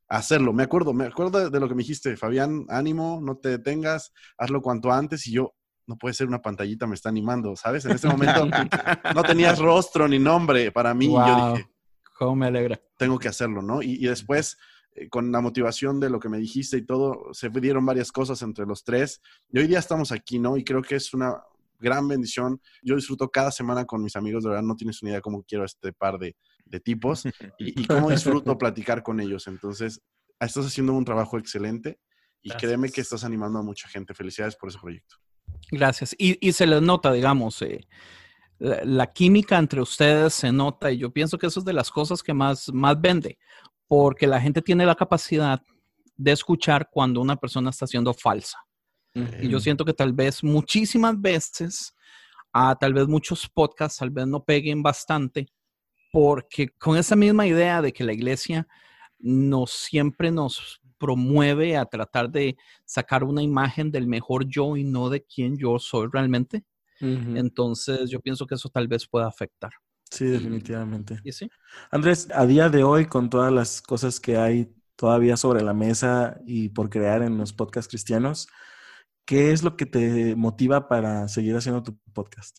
hacerlo. Me acuerdo de lo que me dijiste, Fabián, ánimo, no te detengas, hazlo cuanto antes. Y yo, no puede ser, una pantallita me está animando, ¿sabes? En ese momento no tenías rostro ni nombre para mí. Wow. Y yo dije, Cómo me alegra. tengo que hacerlo, ¿no? Y después, con la motivación de lo que me dijiste y todo, se dieron varias cosas entre los tres. Y hoy día estamos aquí, ¿no? Y creo que es una gran bendición. Yo disfruto cada semana con mis amigos, de verdad, no tienes una idea cómo quiero a este par de tipos y cómo disfruto platicar con ellos. Entonces, estás haciendo un trabajo excelente y Gracias. créeme que estás animando a mucha gente. Felicidades por ese proyecto. Gracias. Y se les nota, digamos, la química entre ustedes se nota y yo pienso que eso es de las cosas que más vende, porque la gente tiene la capacidad de escuchar cuando una persona está siendo falsa. Y yo siento que tal vez muchísimas veces, tal vez muchos podcasts tal vez no peguen bastante, porque con esa misma idea de que la iglesia siempre nos promueve a tratar de sacar una imagen del mejor yo y no de quién yo soy realmente. Entonces yo pienso que eso tal vez pueda afectar. Sí, definitivamente. ¿Y sí? Andrés, a día de hoy, con todas las cosas que hay todavía sobre la mesa y por crear en los podcasts cristianos, ¿qué es lo que te motiva para seguir haciendo tu podcast?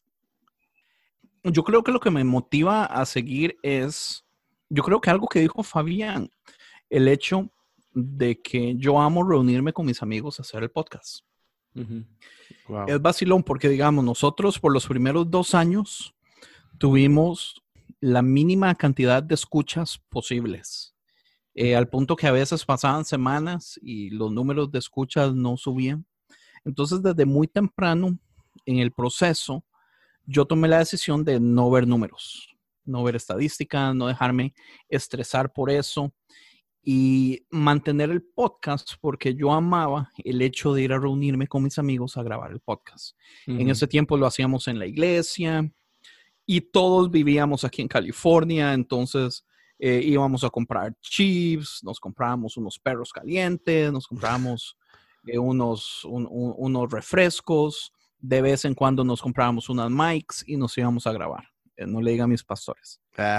Yo creo que lo que me motiva a seguir yo creo que algo que dijo Fabián, el hecho de que yo amo reunirme con mis amigos a hacer el podcast. Wow. Es vacilón porque, digamos, nosotros por los primeros 2 años tuvimos la mínima cantidad de escuchas posibles, al punto que a veces pasaban semanas y los números de escuchas no subían. Entonces, desde muy temprano en el proceso, yo tomé la decisión de no ver números, no ver estadísticas, no dejarme estresar por eso y mantener el podcast porque yo amaba el hecho de ir a reunirme con mis amigos a grabar el podcast. En ese tiempo lo hacíamos en la iglesia y todos vivíamos aquí en California, entonces íbamos a comprar chips, nos comprábamos unos perros calientes, nos comprábamos unos refrescos, de vez en cuando nos comprábamos unas mics y nos íbamos a grabar. No le diga a mis pastores.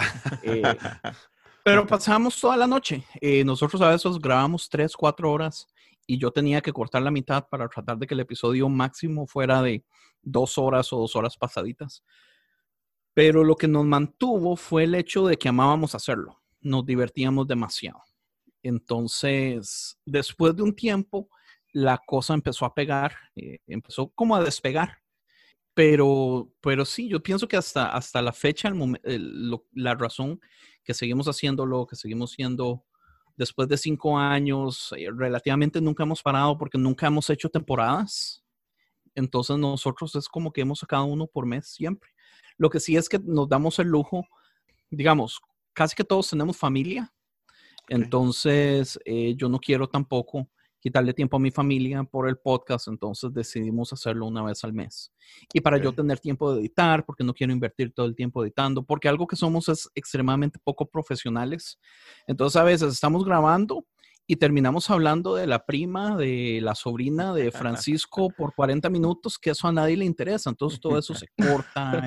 Pero pasábamos toda la noche. Nosotros a veces grabamos 3, 4 horas y yo tenía que cortar la mitad para tratar de que el episodio máximo fuera de 2 horas o 2 horas pasaditas. Pero lo que nos mantuvo fue el hecho de que amábamos hacerlo. Nos divertíamos demasiado. Entonces, después de un tiempo, la cosa empezó a pegar, empezó como a despegar. Pero sí, yo pienso que hasta la fecha, la razón que seguimos haciéndolo, que seguimos siendo después de 5 años, relativamente nunca hemos parado porque nunca hemos hecho temporadas. Entonces nosotros es como que hemos sacado uno por mes siempre. Lo que sí es que nos damos el lujo, digamos, casi que todos tenemos familia. Entonces yo no quiero tampoco quitarle tiempo a mi familia por el podcast, entonces decidimos hacerlo una vez al mes. Y para yo tener tiempo de editar, porque no quiero invertir todo el tiempo editando, porque algo que somos es extremadamente poco profesionales. Entonces a veces estamos grabando y terminamos hablando de la prima, de la sobrina de Francisco por 40 minutos, que eso a nadie le interesa. Entonces todo eso se corta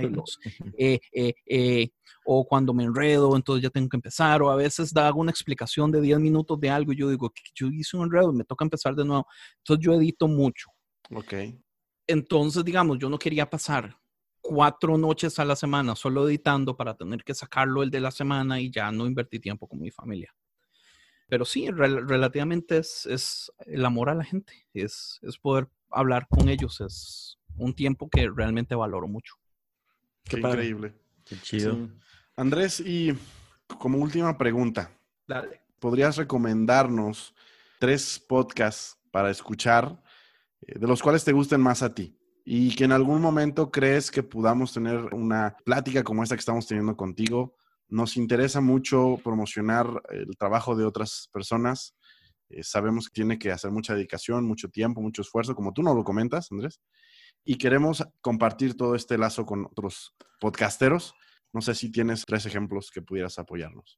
y o cuando me enredo, entonces ya tengo que empezar, o a veces hago una explicación de 10 minutos de algo y yo digo, yo hice un enredo y me toca empezar de nuevo. Entonces yo edito mucho. Entonces, digamos, yo no quería pasar 4 noches a la semana solo editando para tener que sacarlo el de la semana y ya no invertí tiempo con mi familia. Pero sí, relativamente es el amor a la gente, es poder hablar con ellos, es un tiempo que realmente valoro mucho. Qué increíble. Qué chido. Sí. Andrés, y como última pregunta, Dale. ¿podrías recomendarnos 3 podcasts para escuchar de los cuales te gusten más a ti? Y que en algún momento crees que podamos tener una plática como esta que estamos teniendo contigo. Nos interesa mucho promocionar el trabajo de otras personas. Sabemos que tiene que hacer mucha dedicación, mucho tiempo, mucho esfuerzo, como tú nos lo comentas, Andrés. Y queremos compartir todo este lazo con otros podcasteros. No sé si tienes 3 ejemplos que pudieras apoyarnos.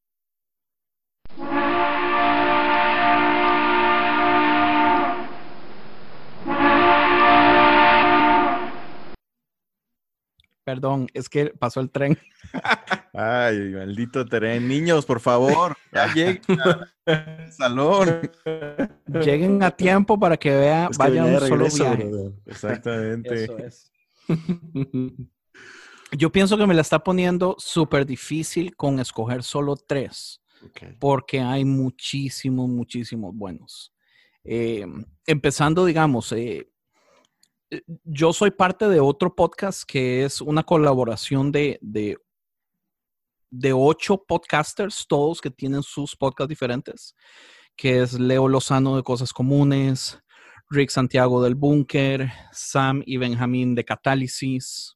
Perdón, es que pasó el tren. Ay, maldito tren. Niños, por favor, ya lleguen al salón. Lleguen a tiempo para que vean, Es que vayan venía un de solo regreso, viaje. brother. Exactamente. Eso es. Yo pienso que me la está poniendo súper difícil con escoger solo 3, porque hay muchísimos buenos. Empezando, digamos, yo soy parte de otro podcast que es una colaboración de 8 podcasters, todos que tienen sus podcasts diferentes, que es Leo Lozano de Cosas Comunes, Rick Santiago del Búnker, Sam y Benjamín de Catálisis,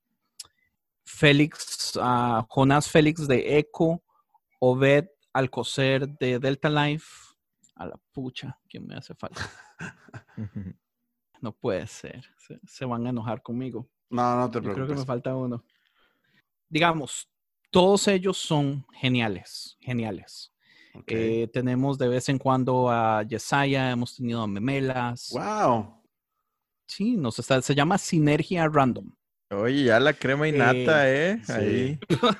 Jonás Félix de Eco, Obed Alcocer de Delta Life. A la pucha, ¿quién me hace falta? No puede ser. Se van a enojar conmigo. No te Yo preocupes. creo que me falta uno. Digamos, todos ellos son geniales. Okay. Tenemos de vez en cuando a Yesaya, hemos tenido a Memelas. ¡Wow! Sí, se llama Sinergia Random. Oye, ya la crema innata, sí. Ahí.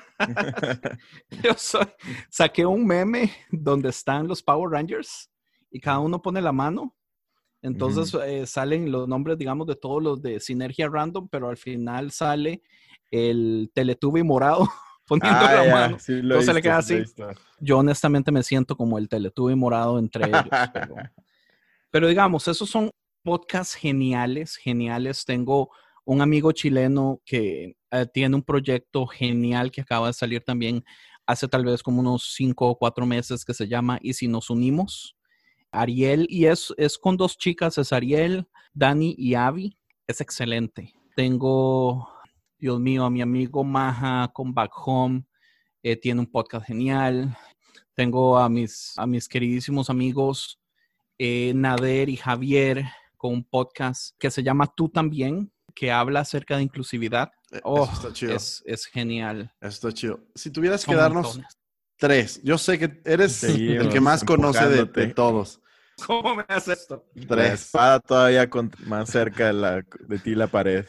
Saqué un meme donde están los Power Rangers y cada uno pone la mano. Entonces salen los nombres, digamos, de todos los de Sinergia Random, pero al final sale el Teletubby morado poniendo la mano. Sí, Entonces le queda así. Yo honestamente me siento como el Teletubby morado entre ellos. Pero digamos, esos son podcasts geniales. Tengo un amigo chileno que tiene un proyecto genial que acaba de salir también hace tal vez como unos 5 o 4 meses que se llama ¿Y si nos unimos? Ariel, y es con 2 chicas, es Ariel, Dani y Abby. Es excelente. Tengo, Dios mío, a mi amigo Maja con Back Home, tiene un podcast genial. Tengo a mis queridísimos amigos Nader y Javier con un podcast que se llama Tú También, que habla acerca de inclusividad. Eso está chido. Es genial. Eso está chido. Si tuvieras que darnos 3, yo sé que eres el que más conoce de todos. ¿Cómo me haces esto? 3. La espada todavía más cerca de ti la pared.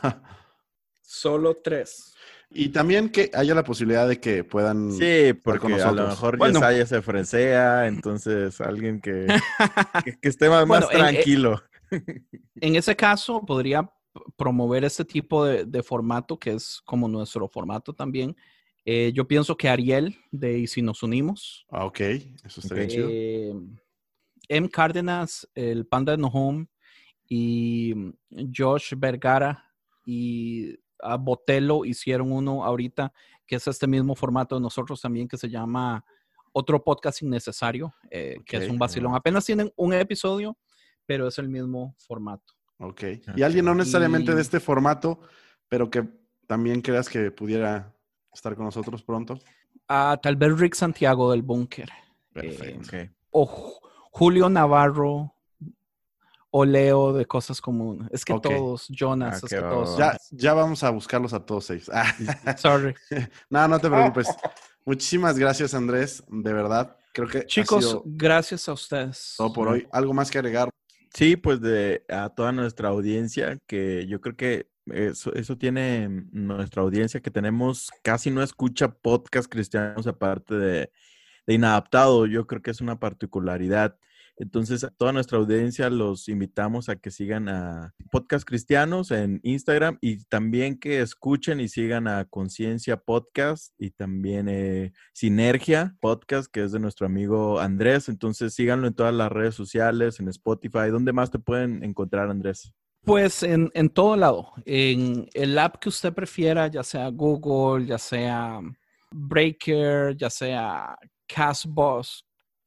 Solo 3. Y también que haya la posibilidad de que puedan sí, porque con nosotros. A lo mejor Yesaya se fresea, entonces alguien que esté más tranquilo. En ese caso, podría promover este tipo de formato, que es como nuestro formato también. Yo pienso que Ariel, de Y si nos unimos. Ok, eso estaría chido. M. Cárdenas, el Panda de No Home, y Josh Vergara y Botelo hicieron uno ahorita, que es este mismo formato de nosotros también, que se llama Otro Podcast Innecesario, que es un vacilón. Apenas tienen un episodio, pero es el mismo formato. Ok. Y alguien no necesariamente de este formato, pero que también creas que pudiera estar con nosotros pronto. Tal vez Rick Santiago del Búnker. Perfecto. O Julio Navarro o Leo de Cosas Comunes. Es que todos, Jonas, es que todos. Ya vamos a buscarlos a todos 6. Sorry. No te preocupes. Muchísimas gracias, Andrés. De verdad, creo que chicos, gracias a ustedes. Todo por hoy. ¿Algo más que agregar? Sí, pues a toda nuestra audiencia, que yo creo que eso tiene nuestra audiencia, que casi no escucha podcast cristianos aparte de Inadaptado. Yo creo que es una particularidad. Entonces, a toda nuestra audiencia los invitamos a que sigan a Podcast Cristianos en Instagram y también que escuchen y sigan a Conciencia Podcast y también Sinergia Podcast, que es de nuestro amigo Andrés. Entonces, síganlo en todas las redes sociales, en Spotify. ¿Dónde más te pueden encontrar, Andrés? Pues en todo lado. En el app que usted prefiera, ya sea Google, ya sea Breaker, ya sea Castbox,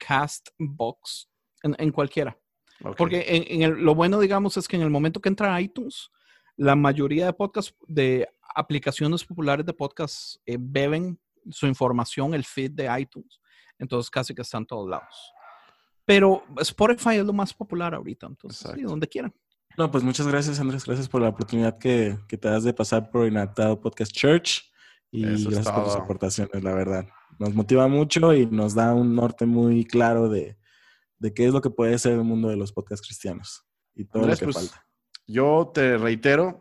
en cualquiera. Okay. Porque lo bueno, digamos, es que en el momento que entra a iTunes, la mayoría de podcasts, de aplicaciones populares de podcasts, beben su información, el feed de iTunes. Entonces casi que está en todos lados. Pero Spotify es lo más popular ahorita. Entonces, sí, donde quieran. No, pues muchas gracias, Andrés. Gracias por la oportunidad que te das de pasar por Inadaptado Podcast Church. Y gracias por tus aportaciones, la verdad. Nos motiva mucho y nos da un norte muy claro de qué es lo que puede ser el mundo de los podcasts cristianos y todo Andrés, lo que falta. Yo te reitero,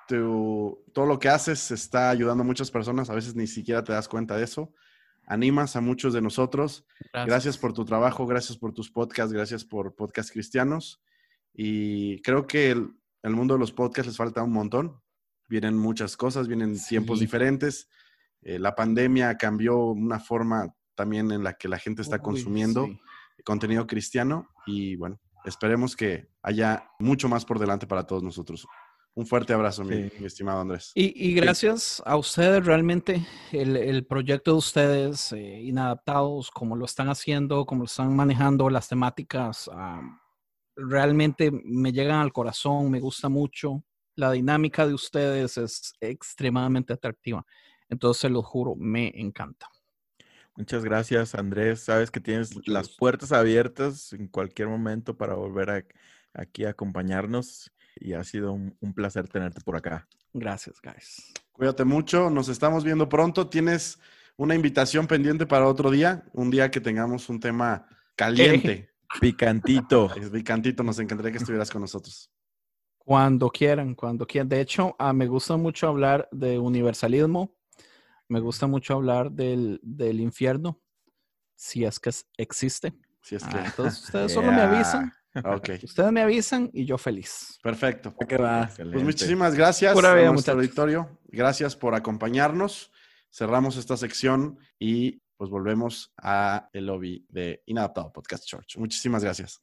todo lo que haces está ayudando a muchas personas. A veces ni siquiera te das cuenta de eso. Animas a muchos de nosotros. Gracias por tu trabajo, gracias por tus podcasts, gracias por Podcast Cristianos. Y creo que el mundo de los podcasts les falta un montón. Vienen muchas cosas, vienen tiempos diferentes. La pandemia cambió una forma también en la que la gente está consumiendo contenido cristiano. Y bueno, esperemos que haya mucho más por delante para todos nosotros. Un fuerte abrazo, mi estimado Andrés. Y gracias a ustedes, realmente, el proyecto de ustedes, Inadaptados, como lo están haciendo, como lo están manejando, las temáticas, realmente me llegan al corazón, me gusta mucho. La dinámica de ustedes es extremadamente atractiva. Entonces, se lo juro, me encanta. Muchas gracias, Andrés. Sabes que tienes las puertas abiertas en cualquier momento para volver aquí a acompañarnos. Y ha sido un placer tenerte por acá. Gracias, guys. Cuídate mucho. Nos estamos viendo pronto. ¿Tienes una invitación pendiente para otro día? Un día que tengamos un tema caliente. Picantito. Es picantito. Nos encantaría que estuvieras con nosotros. Cuando quieran, cuando quieran. De hecho, me gusta mucho hablar de universalismo. Me gusta mucho hablar del infierno. Si es que existe. Si es que... Entonces, ustedes solo me avisan. Okay. Ustedes me avisan y yo feliz. Perfecto. Excelente. Pues muchísimas gracias Pura vida, a nuestro muchachos. auditorio. Gracias por acompañarnos. Cerramos esta sección y pues volvemos a el lobby de Inadaptado Podcast Church. Muchísimas gracias.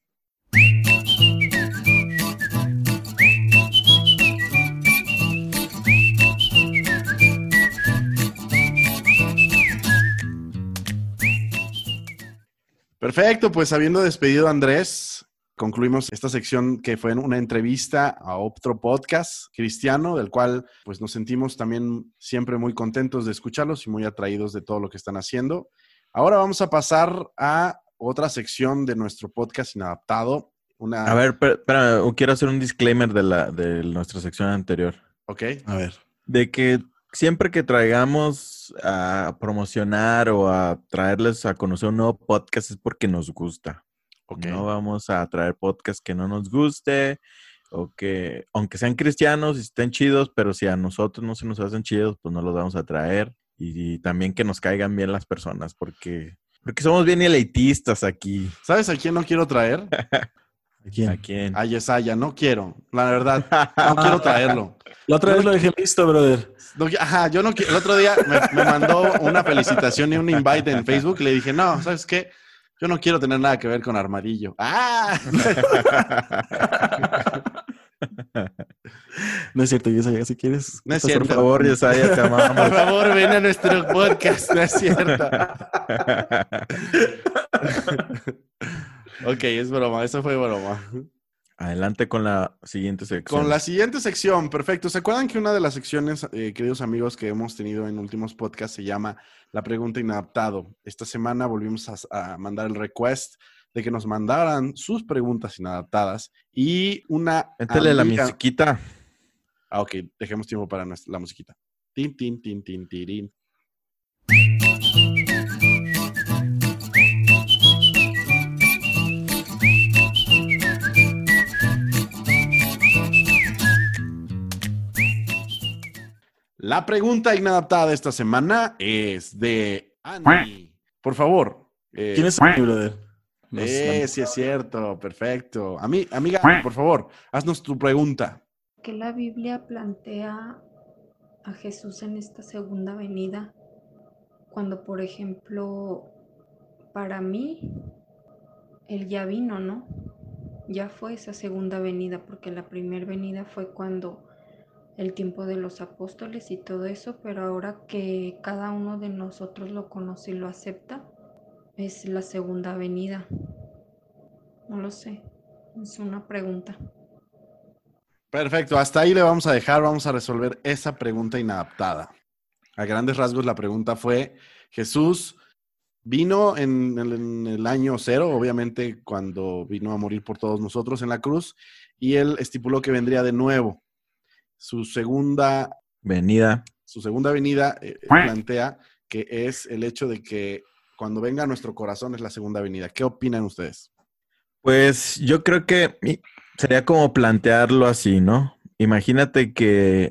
Perfecto, pues habiendo despedido a Andrés, concluimos esta sección que fue una entrevista a otro podcast cristiano, del cual pues nos sentimos también siempre muy contentos de escucharlos y muy atraídos de todo lo que están haciendo. Ahora vamos a pasar a otra sección de nuestro podcast Inadaptado. A ver, espera, quiero hacer un disclaimer de nuestra sección anterior. Ok. A ver. De que siempre que traigamos a promocionar o a traerles a conocer un nuevo podcast es porque nos gusta. Okay. No vamos a traer podcasts que no nos guste o que, aunque sean cristianos y estén chidos, pero si a nosotros no se nos hacen chidos, pues no los vamos a traer. Y también que nos caigan bien las personas, porque somos bien elitistas aquí. ¿Sabes a quién no quiero traer? ¿A quién? ¿A quién? A Yesaya, no quiero. La verdad, no quiero traerlo. La otra vez lo dejé listo, brother. Ajá, yo no quiero. El otro día me mandó una felicitación y un invite en Facebook y le dije, no, ¿sabes qué? Yo no quiero tener nada que ver con Armadillo. ¡Ah! No es cierto, Yesaya, si quieres. No es cierto. Por favor, Yesaya, te amamos. Por favor, ven a nuestro podcast. No es cierto. Ok, es broma. Eso fue broma. Adelante con la siguiente sección. Con la siguiente sección, perfecto. ¿Se acuerdan que una de las secciones, queridos amigos, que hemos tenido en últimos podcasts se llama La Pregunta Inadaptado? Esta semana volvimos a mandar el request de que nos mandaran sus preguntas inadaptadas y una... Métele la musiquita. Ah, ok. Dejemos tiempo para la musiquita. Tin, tin, tin, tin, tirín. La pregunta inadaptada de esta semana es de Annie. Por favor. ¿Quién es Annie, brother? Sí es cierto. Perfecto. Amiga, por favor, haznos tu pregunta. ¿Qué la Biblia plantea a Jesús en esta segunda venida? Cuando, por ejemplo, para mí, Él ya vino, ¿no? Ya fue esa segunda venida, porque la primera venida fue cuando... el tiempo de los apóstoles y todo eso, pero ahora que cada uno de nosotros lo conoce y lo acepta, es la segunda venida. No lo sé, es una pregunta. Perfecto, hasta ahí le vamos a dejar, vamos a resolver esa pregunta inadaptada. A grandes rasgos la pregunta fue, Jesús vino en el año 0, obviamente cuando vino a morir por todos nosotros en la cruz, y él estipuló que vendría de nuevo. Su segunda venida plantea que es el hecho de que cuando venga a nuestro corazón es la segunda venida. ¿Qué opinan ustedes? Pues yo creo que sería como plantearlo así, ¿no? Imagínate que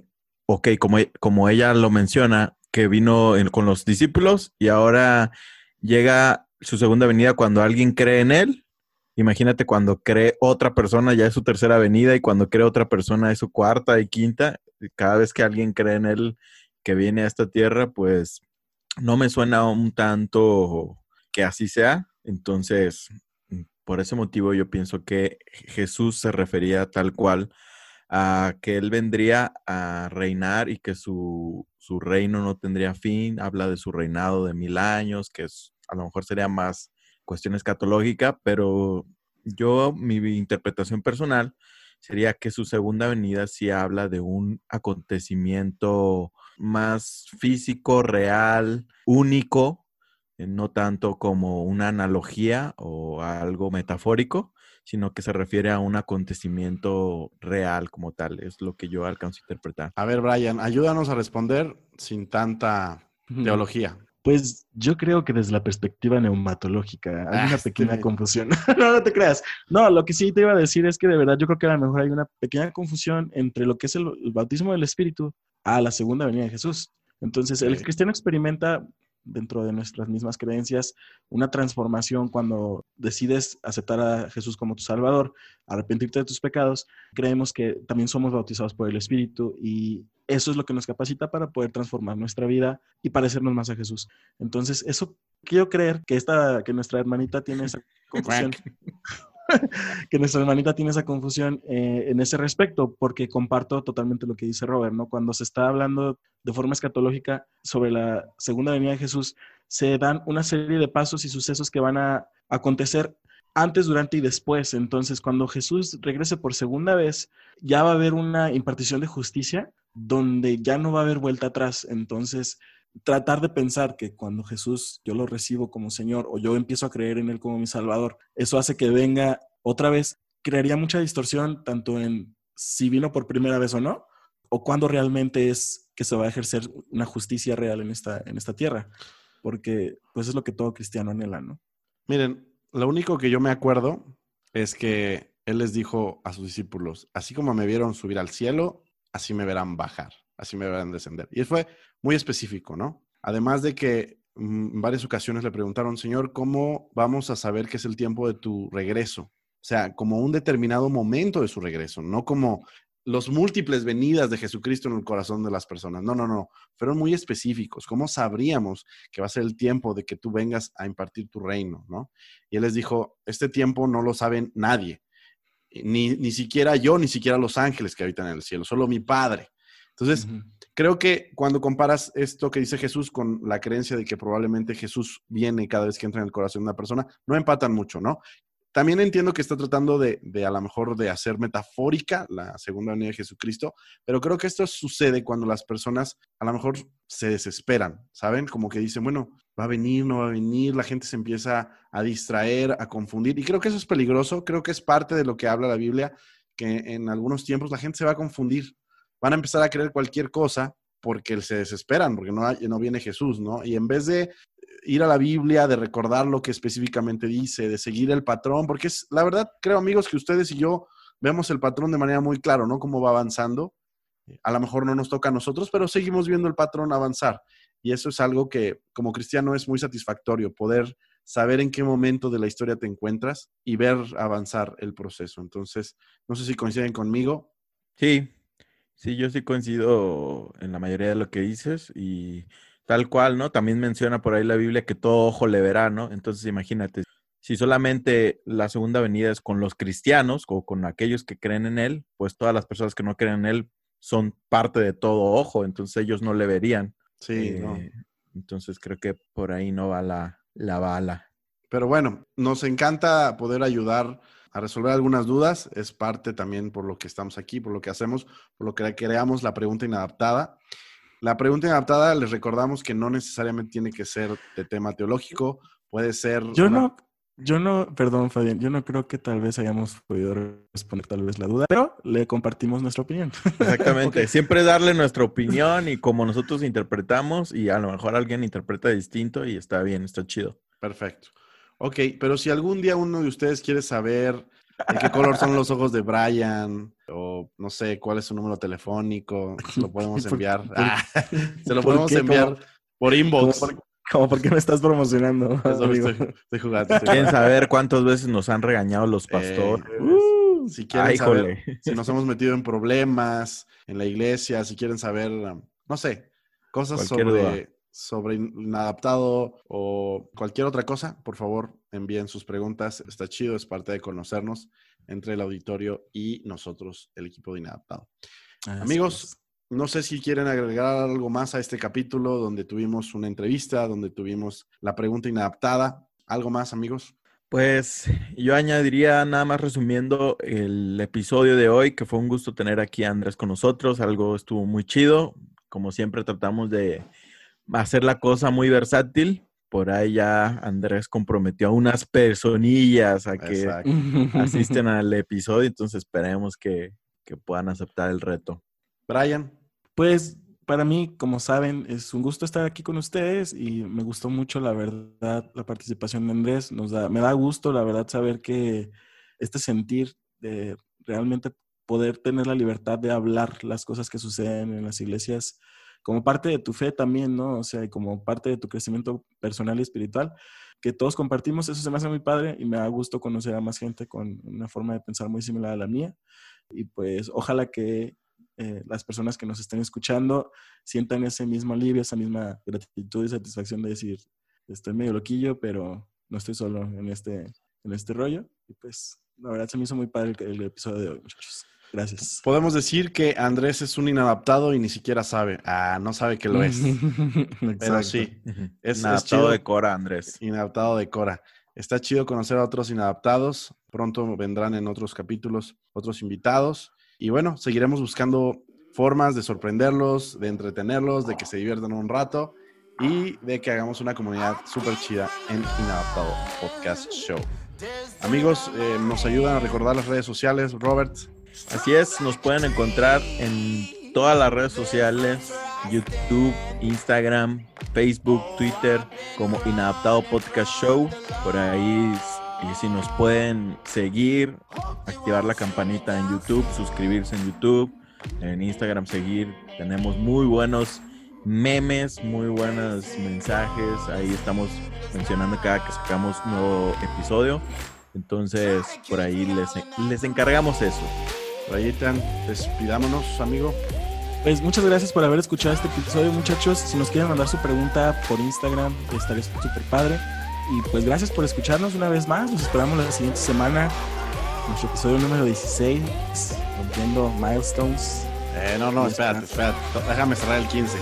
ok, como ella lo menciona, que vino con los discípulos y ahora llega su segunda venida cuando alguien cree en él. Imagínate cuando cree otra persona, ya es su tercera venida, y cuando cree otra persona es su cuarta y quinta. Cada vez que alguien cree en él que viene a esta tierra, pues no me suena un tanto que así sea. Entonces, por ese motivo yo pienso que Jesús se refería tal cual a que él vendría a reinar y que su reino no tendría fin. Habla de su reinado de 1000 años, que a lo mejor sería más cuestión escatológica, pero mi interpretación personal sería que su segunda venida sí habla de un acontecimiento más físico, real, único, no tanto como una analogía o algo metafórico, sino que se refiere a un acontecimiento real como tal. Es lo que yo alcanzo a interpretar. A ver, Brian, ayúdanos a responder sin tanta teología. Pues yo creo que desde la perspectiva neumatológica hay una pequeña confusión. No te creas. No, lo que sí te iba a decir es que de verdad yo creo que a lo mejor hay una pequeña confusión entre lo que es el bautismo del Espíritu a la segunda venida de Jesús. Entonces, el cristiano experimenta dentro de nuestras mismas creencias una transformación cuando decides aceptar a Jesús como tu Salvador, arrepentirte de tus pecados. Creemos que también somos bautizados por el Espíritu y eso es lo que nos capacita para poder transformar nuestra vida y parecernos más a Jesús. Entonces, eso quiero creer que nuestra hermanita tiene esa confusión. Que nuestra hermanita tiene esa confusión en ese respecto, porque comparto totalmente lo que dice Robert, ¿no? Cuando se está hablando de forma escatológica sobre la segunda venida de Jesús, se dan una serie de pasos y sucesos que van a acontecer antes, durante y después. Entonces, cuando Jesús regrese por segunda vez, ya va a haber una impartición de justicia donde ya no va a haber vuelta atrás. Entonces, tratar de pensar que cuando Jesús yo lo recibo como Señor o yo empiezo a creer en Él como mi Salvador, eso hace que venga otra vez, crearía mucha distorsión tanto en si vino por primera vez o no, o cuando realmente es que se va a ejercer una justicia real en esta tierra, porque pues es lo que todo cristiano anhela, ¿no? Miren, lo único que yo me acuerdo es que Él les dijo a sus discípulos, así como me vieron subir al cielo, así me verán bajar, así me verán descender. Y fue muy específico, ¿no? Además de que en varias ocasiones le preguntaron, Señor, ¿cómo vamos a saber que es el tiempo de tu regreso? O sea, como un determinado momento de su regreso, no como los múltiples venidas de Jesucristo en el corazón de las personas. No. Fueron muy específicos. ¿Cómo sabríamos que va a ser el tiempo de que tú vengas a impartir tu reino, ¿no? Y Él les dijo, este tiempo no lo sabe nadie. Ni siquiera yo, ni siquiera los ángeles que habitan en el cielo, solo mi Padre. Entonces, creo que cuando comparas esto que dice Jesús con la creencia de que probablemente Jesús viene cada vez que entra en el corazón de una persona, no empatan mucho, ¿no? También entiendo que está tratando de a lo mejor de hacer metafórica la segunda venida de Jesucristo, pero creo que esto sucede cuando las personas a lo mejor se desesperan, ¿saben? Como que dicen, bueno, va a venir, no va a venir, la gente se empieza a distraer, a confundir, y creo que eso es peligroso, creo que es parte de lo que habla la Biblia, que en algunos tiempos la gente se va a confundir, van a empezar a creer cualquier cosa porque se desesperan, porque no viene Jesús, ¿no? Y en vez de ir a la Biblia, de recordar lo que específicamente dice, de seguir el patrón, porque es, la verdad, creo, amigos, que ustedes y yo vemos el patrón de manera muy clara, ¿no? Cómo va avanzando. A lo mejor no nos toca a nosotros, pero seguimos viendo el patrón avanzar. Y eso es algo que, como cristiano, es muy satisfactorio, poder saber en qué momento de la historia te encuentras y ver avanzar el proceso. Entonces, no sé si coinciden conmigo. Sí, yo sí coincido en la mayoría de lo que dices y tal cual, ¿no? También menciona por ahí la Biblia que todo ojo le verá, ¿no? Entonces imagínate, si solamente la segunda venida es con los cristianos o con aquellos que creen en Él, pues todas las personas que no creen en Él son parte de todo ojo, entonces ellos no le verían. Sí, no. Entonces creo que por ahí no va la bala. Pero bueno, nos encanta poder ayudar a resolver algunas dudas. Es parte también por lo que estamos aquí, por lo que hacemos, por lo que creamos la pregunta inadaptada. La pregunta inadaptada, les recordamos que no necesariamente tiene que ser de tema teológico, puede ser... Perdón, Fabián, yo no creo que tal vez hayamos podido responder tal vez la duda, pero le compartimos nuestra opinión. Exactamente, Okay. Siempre darle nuestra opinión y como nosotros interpretamos y a lo mejor alguien interpreta distinto y está bien, está chido. Perfecto. Ok, pero si algún día uno de ustedes quiere saber ¿De qué color son los ojos de Brian? O no sé, ¿cuál es su número telefónico? Se lo podemos enviar. Se lo podemos enviar por inbox. ¿Por qué me estás promocionando? Estoy jugando. ¿Quieren saber cuántas veces nos han regañado los pastores? Si quieren saber si nos hemos metido en problemas en la iglesia, si quieren saber, no sé, cosas sobre Inadaptado o cualquier otra cosa, por favor, envíen sus preguntas. Está chido, es parte de conocernos entre el auditorio y nosotros, el equipo de Inadaptado. Amigos, no sé si quieren agregar algo más a este capítulo donde tuvimos una entrevista, donde tuvimos la pregunta inadaptada. ¿Algo más, amigos? Pues yo añadiría, nada más resumiendo el episodio de hoy, que fue un gusto tener aquí a Andrés con nosotros. Algo estuvo muy chido. Como siempre, tratamos de hacer la cosa muy versátil. Por ahí ya Andrés comprometió a unas personillas a que asisten al episodio. Entonces esperemos que puedan aceptar el reto. Brian. Pues para mí, como saben, es un gusto estar aquí con ustedes y me gustó mucho, la verdad, la participación de Andrés. Me da gusto, la verdad, saber que este sentir de realmente poder tener la libertad de hablar las cosas que suceden en las iglesias como parte de tu fe también, ¿no? O sea, como parte de tu crecimiento personal y espiritual, que todos compartimos, eso se me hace muy padre y me da gusto conocer a más gente con una forma de pensar muy similar a la mía. Y pues ojalá que las personas que nos estén escuchando sientan ese mismo alivio, esa misma gratitud y satisfacción de decir, estoy medio loquillo, pero no estoy solo en este rollo. Y pues la verdad se me hizo muy padre el episodio de hoy, muchachos. Gracias. Podemos decir que Andrés es un inadaptado y ni siquiera sabe. No sabe que lo es. Pero sí. Es inadaptado de Cora, Andrés. Inadaptado de Cora. Está chido conocer a otros inadaptados. Pronto vendrán en otros capítulos otros invitados. Y bueno, seguiremos buscando formas de sorprenderlos, de entretenerlos, de que se diviertan un rato y de que hagamos una comunidad súper chida en Inadaptado Podcast Show. Amigos, nos ayudan a recordar las redes sociales, Robert. Así es, nos pueden encontrar en todas las redes sociales, YouTube, Instagram, Facebook, Twitter, como Inadaptado Podcast Show. Por ahí, y si nos pueden seguir, activar la campanita en YouTube, suscribirse en YouTube, en Instagram seguir. Tenemos muy buenos memes, muy buenos mensajes. Ahí estamos mencionando cada que sacamos un nuevo episodio. Entonces, por ahí les encargamos eso. Rayitan, despidámonos, amigo. Pues muchas gracias por haber escuchado este episodio, muchachos. Si nos quieren mandar su pregunta por Instagram, estaría súper padre. Y pues gracias por escucharnos una vez más. Nos esperamos la siguiente semana. Nuestro episodio número 16, rompiendo milestones. No, espérate. Déjame cerrar el 15.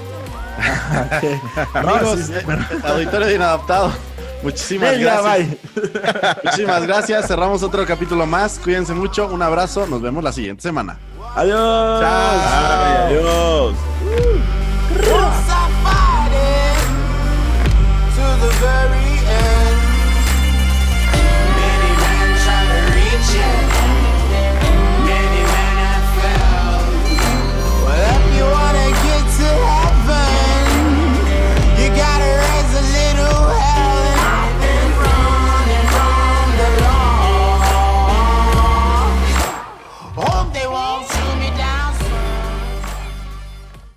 Okay. Amigos, sí, pero... auditorio de Inadaptado. Muchísimas gracias. Muchísimas gracias. Cerramos otro capítulo más. Cuídense mucho. Un abrazo. Nos vemos la siguiente semana. Adiós. Chao.